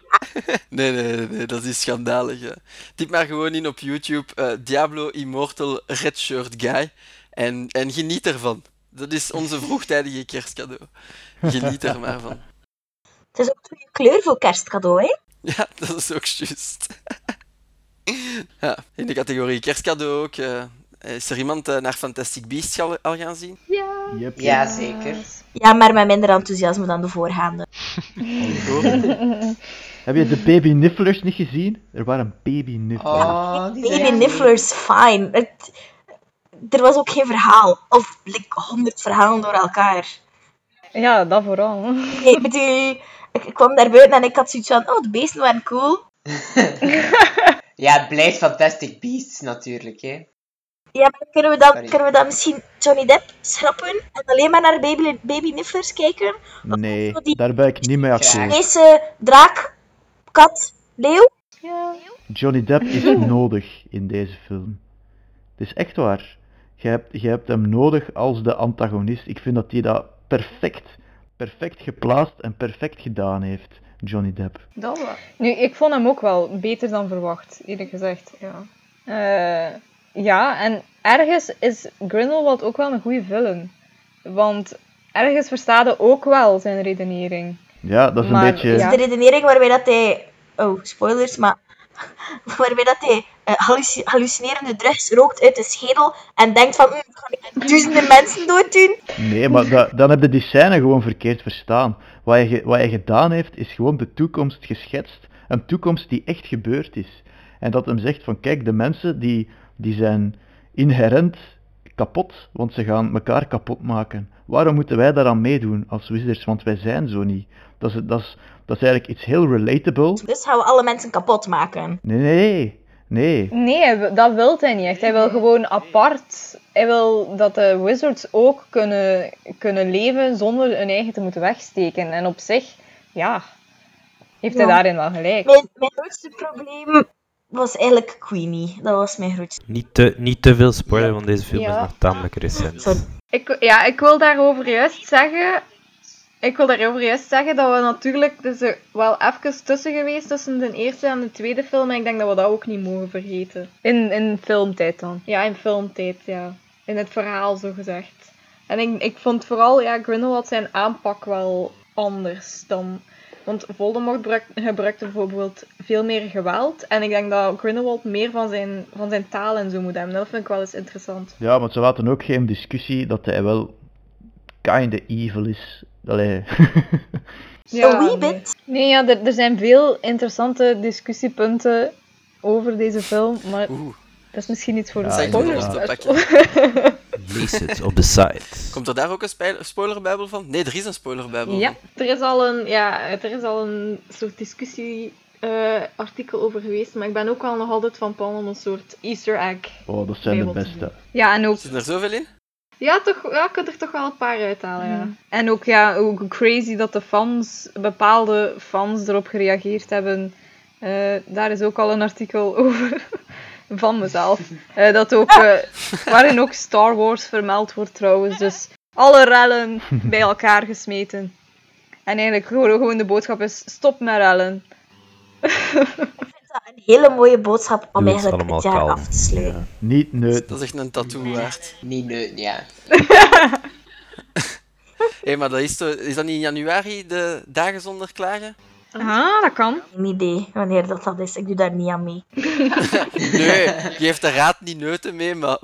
Nee, dat is schandalig. Hè. Typ maar gewoon in op YouTube Diablo Immortal Red Shirt Guy en geniet ervan. Dat is onze vroegtijdige kerstcadeau. Geniet er maar van. Het is ook een goede kleur voor kerstcadeau, hè? Ja, dat is ook juist. Ja, in de categorie kerstcadeau ook. Is er iemand naar Fantastic Beasts al gaan zien? Ja. Yep. Ja, zeker. Ja, maar met minder enthousiasme dan de voorgaande. Heb je de baby nifflers niet gezien? Er waren baby nifflers. Oh, die zijn Baby Nifflers, fine. Er was ook geen verhaal. Of 100 verhalen door elkaar. Ja, dat vooral. Nee, ik kwam daar buiten en ik had zoiets van, de beesten waren cool. Ja, het blijft Fantastic Beasts natuurlijk, hè. Ja, maar kunnen we dan misschien Johnny Depp schrappen en alleen maar naar baby Nifflers kijken? Nee, daar ben ik niet mee akkoord. Chinese draak, kat, leeuw? Ja. Johnny Depp is nodig in deze film. Het is echt waar. Je hebt hem nodig als de antagonist. Ik vind dat hij dat perfect geplaatst en perfect gedaan heeft, Johnny Depp. Dat wel. Nu, ik vond hem ook wel beter dan verwacht, eerlijk gezegd. Ja. Ja, en ergens is Grindelwald ook wel een goede villain. Want ergens versta je ook wel zijn redenering. Ja, dat is een Maar, beetje... Dus ja. de redenering waarbij dat hij... Oh, spoilers, maar... Waarbij dat hij hallucinerende drugs rookt uit de schedel en denkt van... ga ik duizenden mensen dooddoen? Nee, maar dan heb je die scène gewoon verkeerd verstaan. Wat hij gedaan heeft, is gewoon de toekomst geschetst. Een toekomst die echt gebeurd is. En dat hem zegt van, kijk, de mensen die zijn inherent kapot, want ze gaan elkaar kapot maken. Waarom moeten wij daaraan meedoen als wizards? Want wij zijn zo niet. Dat is eigenlijk iets heel relatable. Dus gaan we alle mensen kapot maken. Nee. Nee, dat wil hij niet echt. Hij wil gewoon apart. Hij wil dat de wizards ook kunnen leven zonder hun eigen te moeten wegsteken. En op zich, ja, heeft hij Ja. daarin wel gelijk. Mijn grootste probleem was eigenlijk Queenie. Dat was mijn grootste. Niet te veel spoilen, want deze film Ja. is nog tamelijk recent. Sorry. Ik wil daarover juist zeggen... dat we natuurlijk... Er is wel even tussen geweest tussen de eerste en de tweede film. En ik denk dat we dat ook niet mogen vergeten. In filmtijd dan. Ja, in filmtijd, ja. In het verhaal, zo gezegd. En ik vond vooral, Grindelwald zijn aanpak wel anders dan... Want Voldemort gebruikte bijvoorbeeld veel meer geweld. En ik denk dat Grindelwald meer van zijn taal en zo moet hebben. Dat vind ik wel eens interessant. Ja, maar ze laten ook geen discussie dat hij wel kinda evil is. Allee. A wee bit. Nee, ja, er zijn veel interessante discussiepunten over deze film. Maar Oeh, dat is misschien iets voor de zeg spoilers. het te pakken. Lees het op de site. Komt er daar ook een spoilerbijbel van? Nee, er is een spoilerbijbel Ja. van. Er is al een soort discussie-artikel over geweest. Maar ik ben ook wel nog altijd van plan om een soort Easter egg. Oh, dat zijn de Bijbel te beste. doen. Ja, en ook Zitten er zoveel in? Ja, je kunt er toch wel een paar uithalen, ja. En ook, ja, ook crazy dat de bepaalde fans erop gereageerd hebben. Daar is ook al een artikel over van mezelf. Waarin ook Star Wars vermeld wordt trouwens. Dus alle rellen bij elkaar gesmeten. En eigenlijk gewoon de boodschap is, stop met rellen. Ik vind dat een hele mooie boodschap om Doe het eigenlijk het allemaal jaar kalm. af te sluiten. Niet neut. Dat is echt een tattoo waard. Niet neut, ja. Hé, maar dat is dat niet in januari de dagen zonder klagen? Ah, dat kan. Geen idee wanneer dat is. Ik doe daar niet aan mee. Nee, geef de raad niet neuten mee, maar...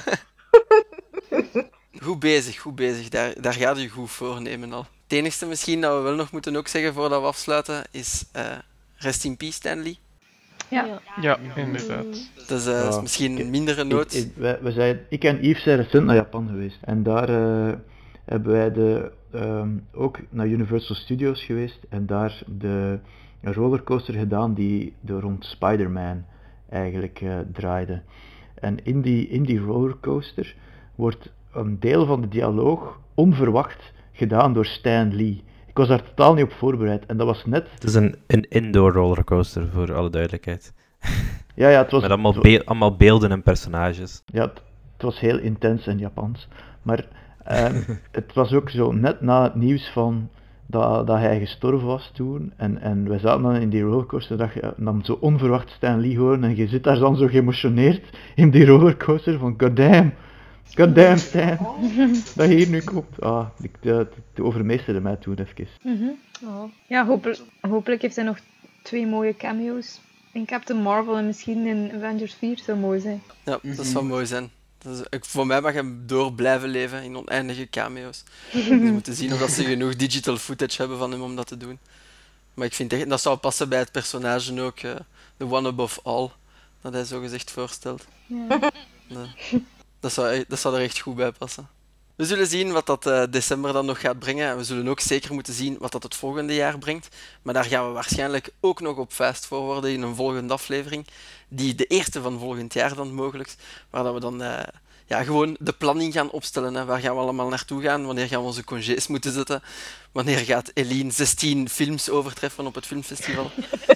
Goed bezig. Daar gaat u goed voornemen al. Het enigste misschien dat we wel nog moeten ook zeggen voordat we afsluiten, is rest in peace, Stanley. Ja, inderdaad. Dat is Ja, misschien een mindere noot. Ik en Yves zijn recent naar Japan geweest. En daar hebben wij ook naar Universal Studios geweest. En daar een rollercoaster gedaan die rond Spider-Man eigenlijk draaide. En in die rollercoaster wordt een deel van de dialoog onverwacht gedaan door Stan Lee. Ik was daar totaal niet op voorbereid. En dat was net... Het is een indoor rollercoaster, voor alle duidelijkheid. Ja, het was... Met allemaal beelden en personages. Ja, het was heel intens en Japans. Maar het was ook zo net na het nieuws van dat hij gestorven was toen. En wij zaten dan in die rollercoaster en dan zo onverwacht Stan Lee horen. En je zit daar dan zo geëmotioneerd in die rollercoaster van goddamn Stan, dat hier nu komt. Het overmeesterde mij toen even. Ja, hopelijk heeft hij nog 2 mooie cameo's in Captain Marvel en misschien in Avengers 4 zou mooi zijn. Ja, dat zou mooi zijn. Voor mij mag hem door blijven leven in oneindige cameo's. Dus we moeten zien of dat ze genoeg digital footage hebben van hem om dat te doen. Maar ik vind echt, dat zou passen bij het personage ook, the one above all, dat hij zo gezegd voorstelt. Ja. Dat zou er echt goed bij passen. We zullen zien wat dat december dan nog gaat brengen. En we zullen ook zeker moeten zien wat dat het volgende jaar brengt. Maar daar gaan we waarschijnlijk ook nog op fast forwarden in een volgende aflevering. Die de eerste van volgend jaar dan mogelijk. Waar dat we dan gewoon de planning gaan opstellen. Hè. Waar gaan we allemaal naartoe gaan? Wanneer gaan we onze congés moeten zetten? Wanneer gaat Eline 16 films overtreffen op het filmfestival?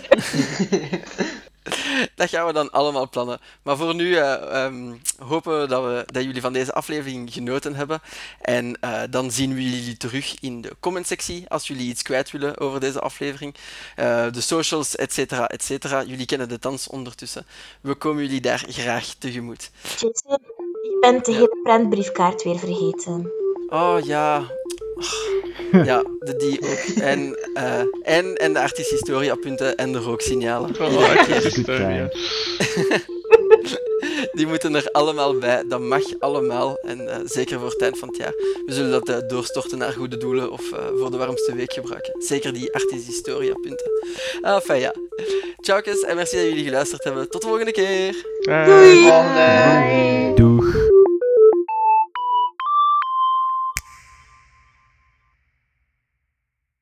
Dat gaan we dan allemaal plannen. Maar voor nu hopen we dat jullie van deze aflevering genoten hebben. En dan zien we jullie terug in de commentsectie als jullie iets kwijt willen over deze aflevering. De socials, et cetera. Jullie kennen de dans ondertussen. We komen jullie daar graag tegemoet. Jason, je bent de hele prentbriefkaart weer vergeten. Oh ja. Ja, die ook. En de artisthistoria-punten en de rooksignalen. Artisthistoria. Die moeten er allemaal bij. Dat mag allemaal. En zeker voor het eind van het jaar. We zullen dat doorstorten naar goede doelen of voor de warmste week gebruiken. Zeker die artisthistoria-punten. Enfin ja. Ciao, en merci dat jullie geluisterd hebben. Tot de volgende keer. Doei! Doeg.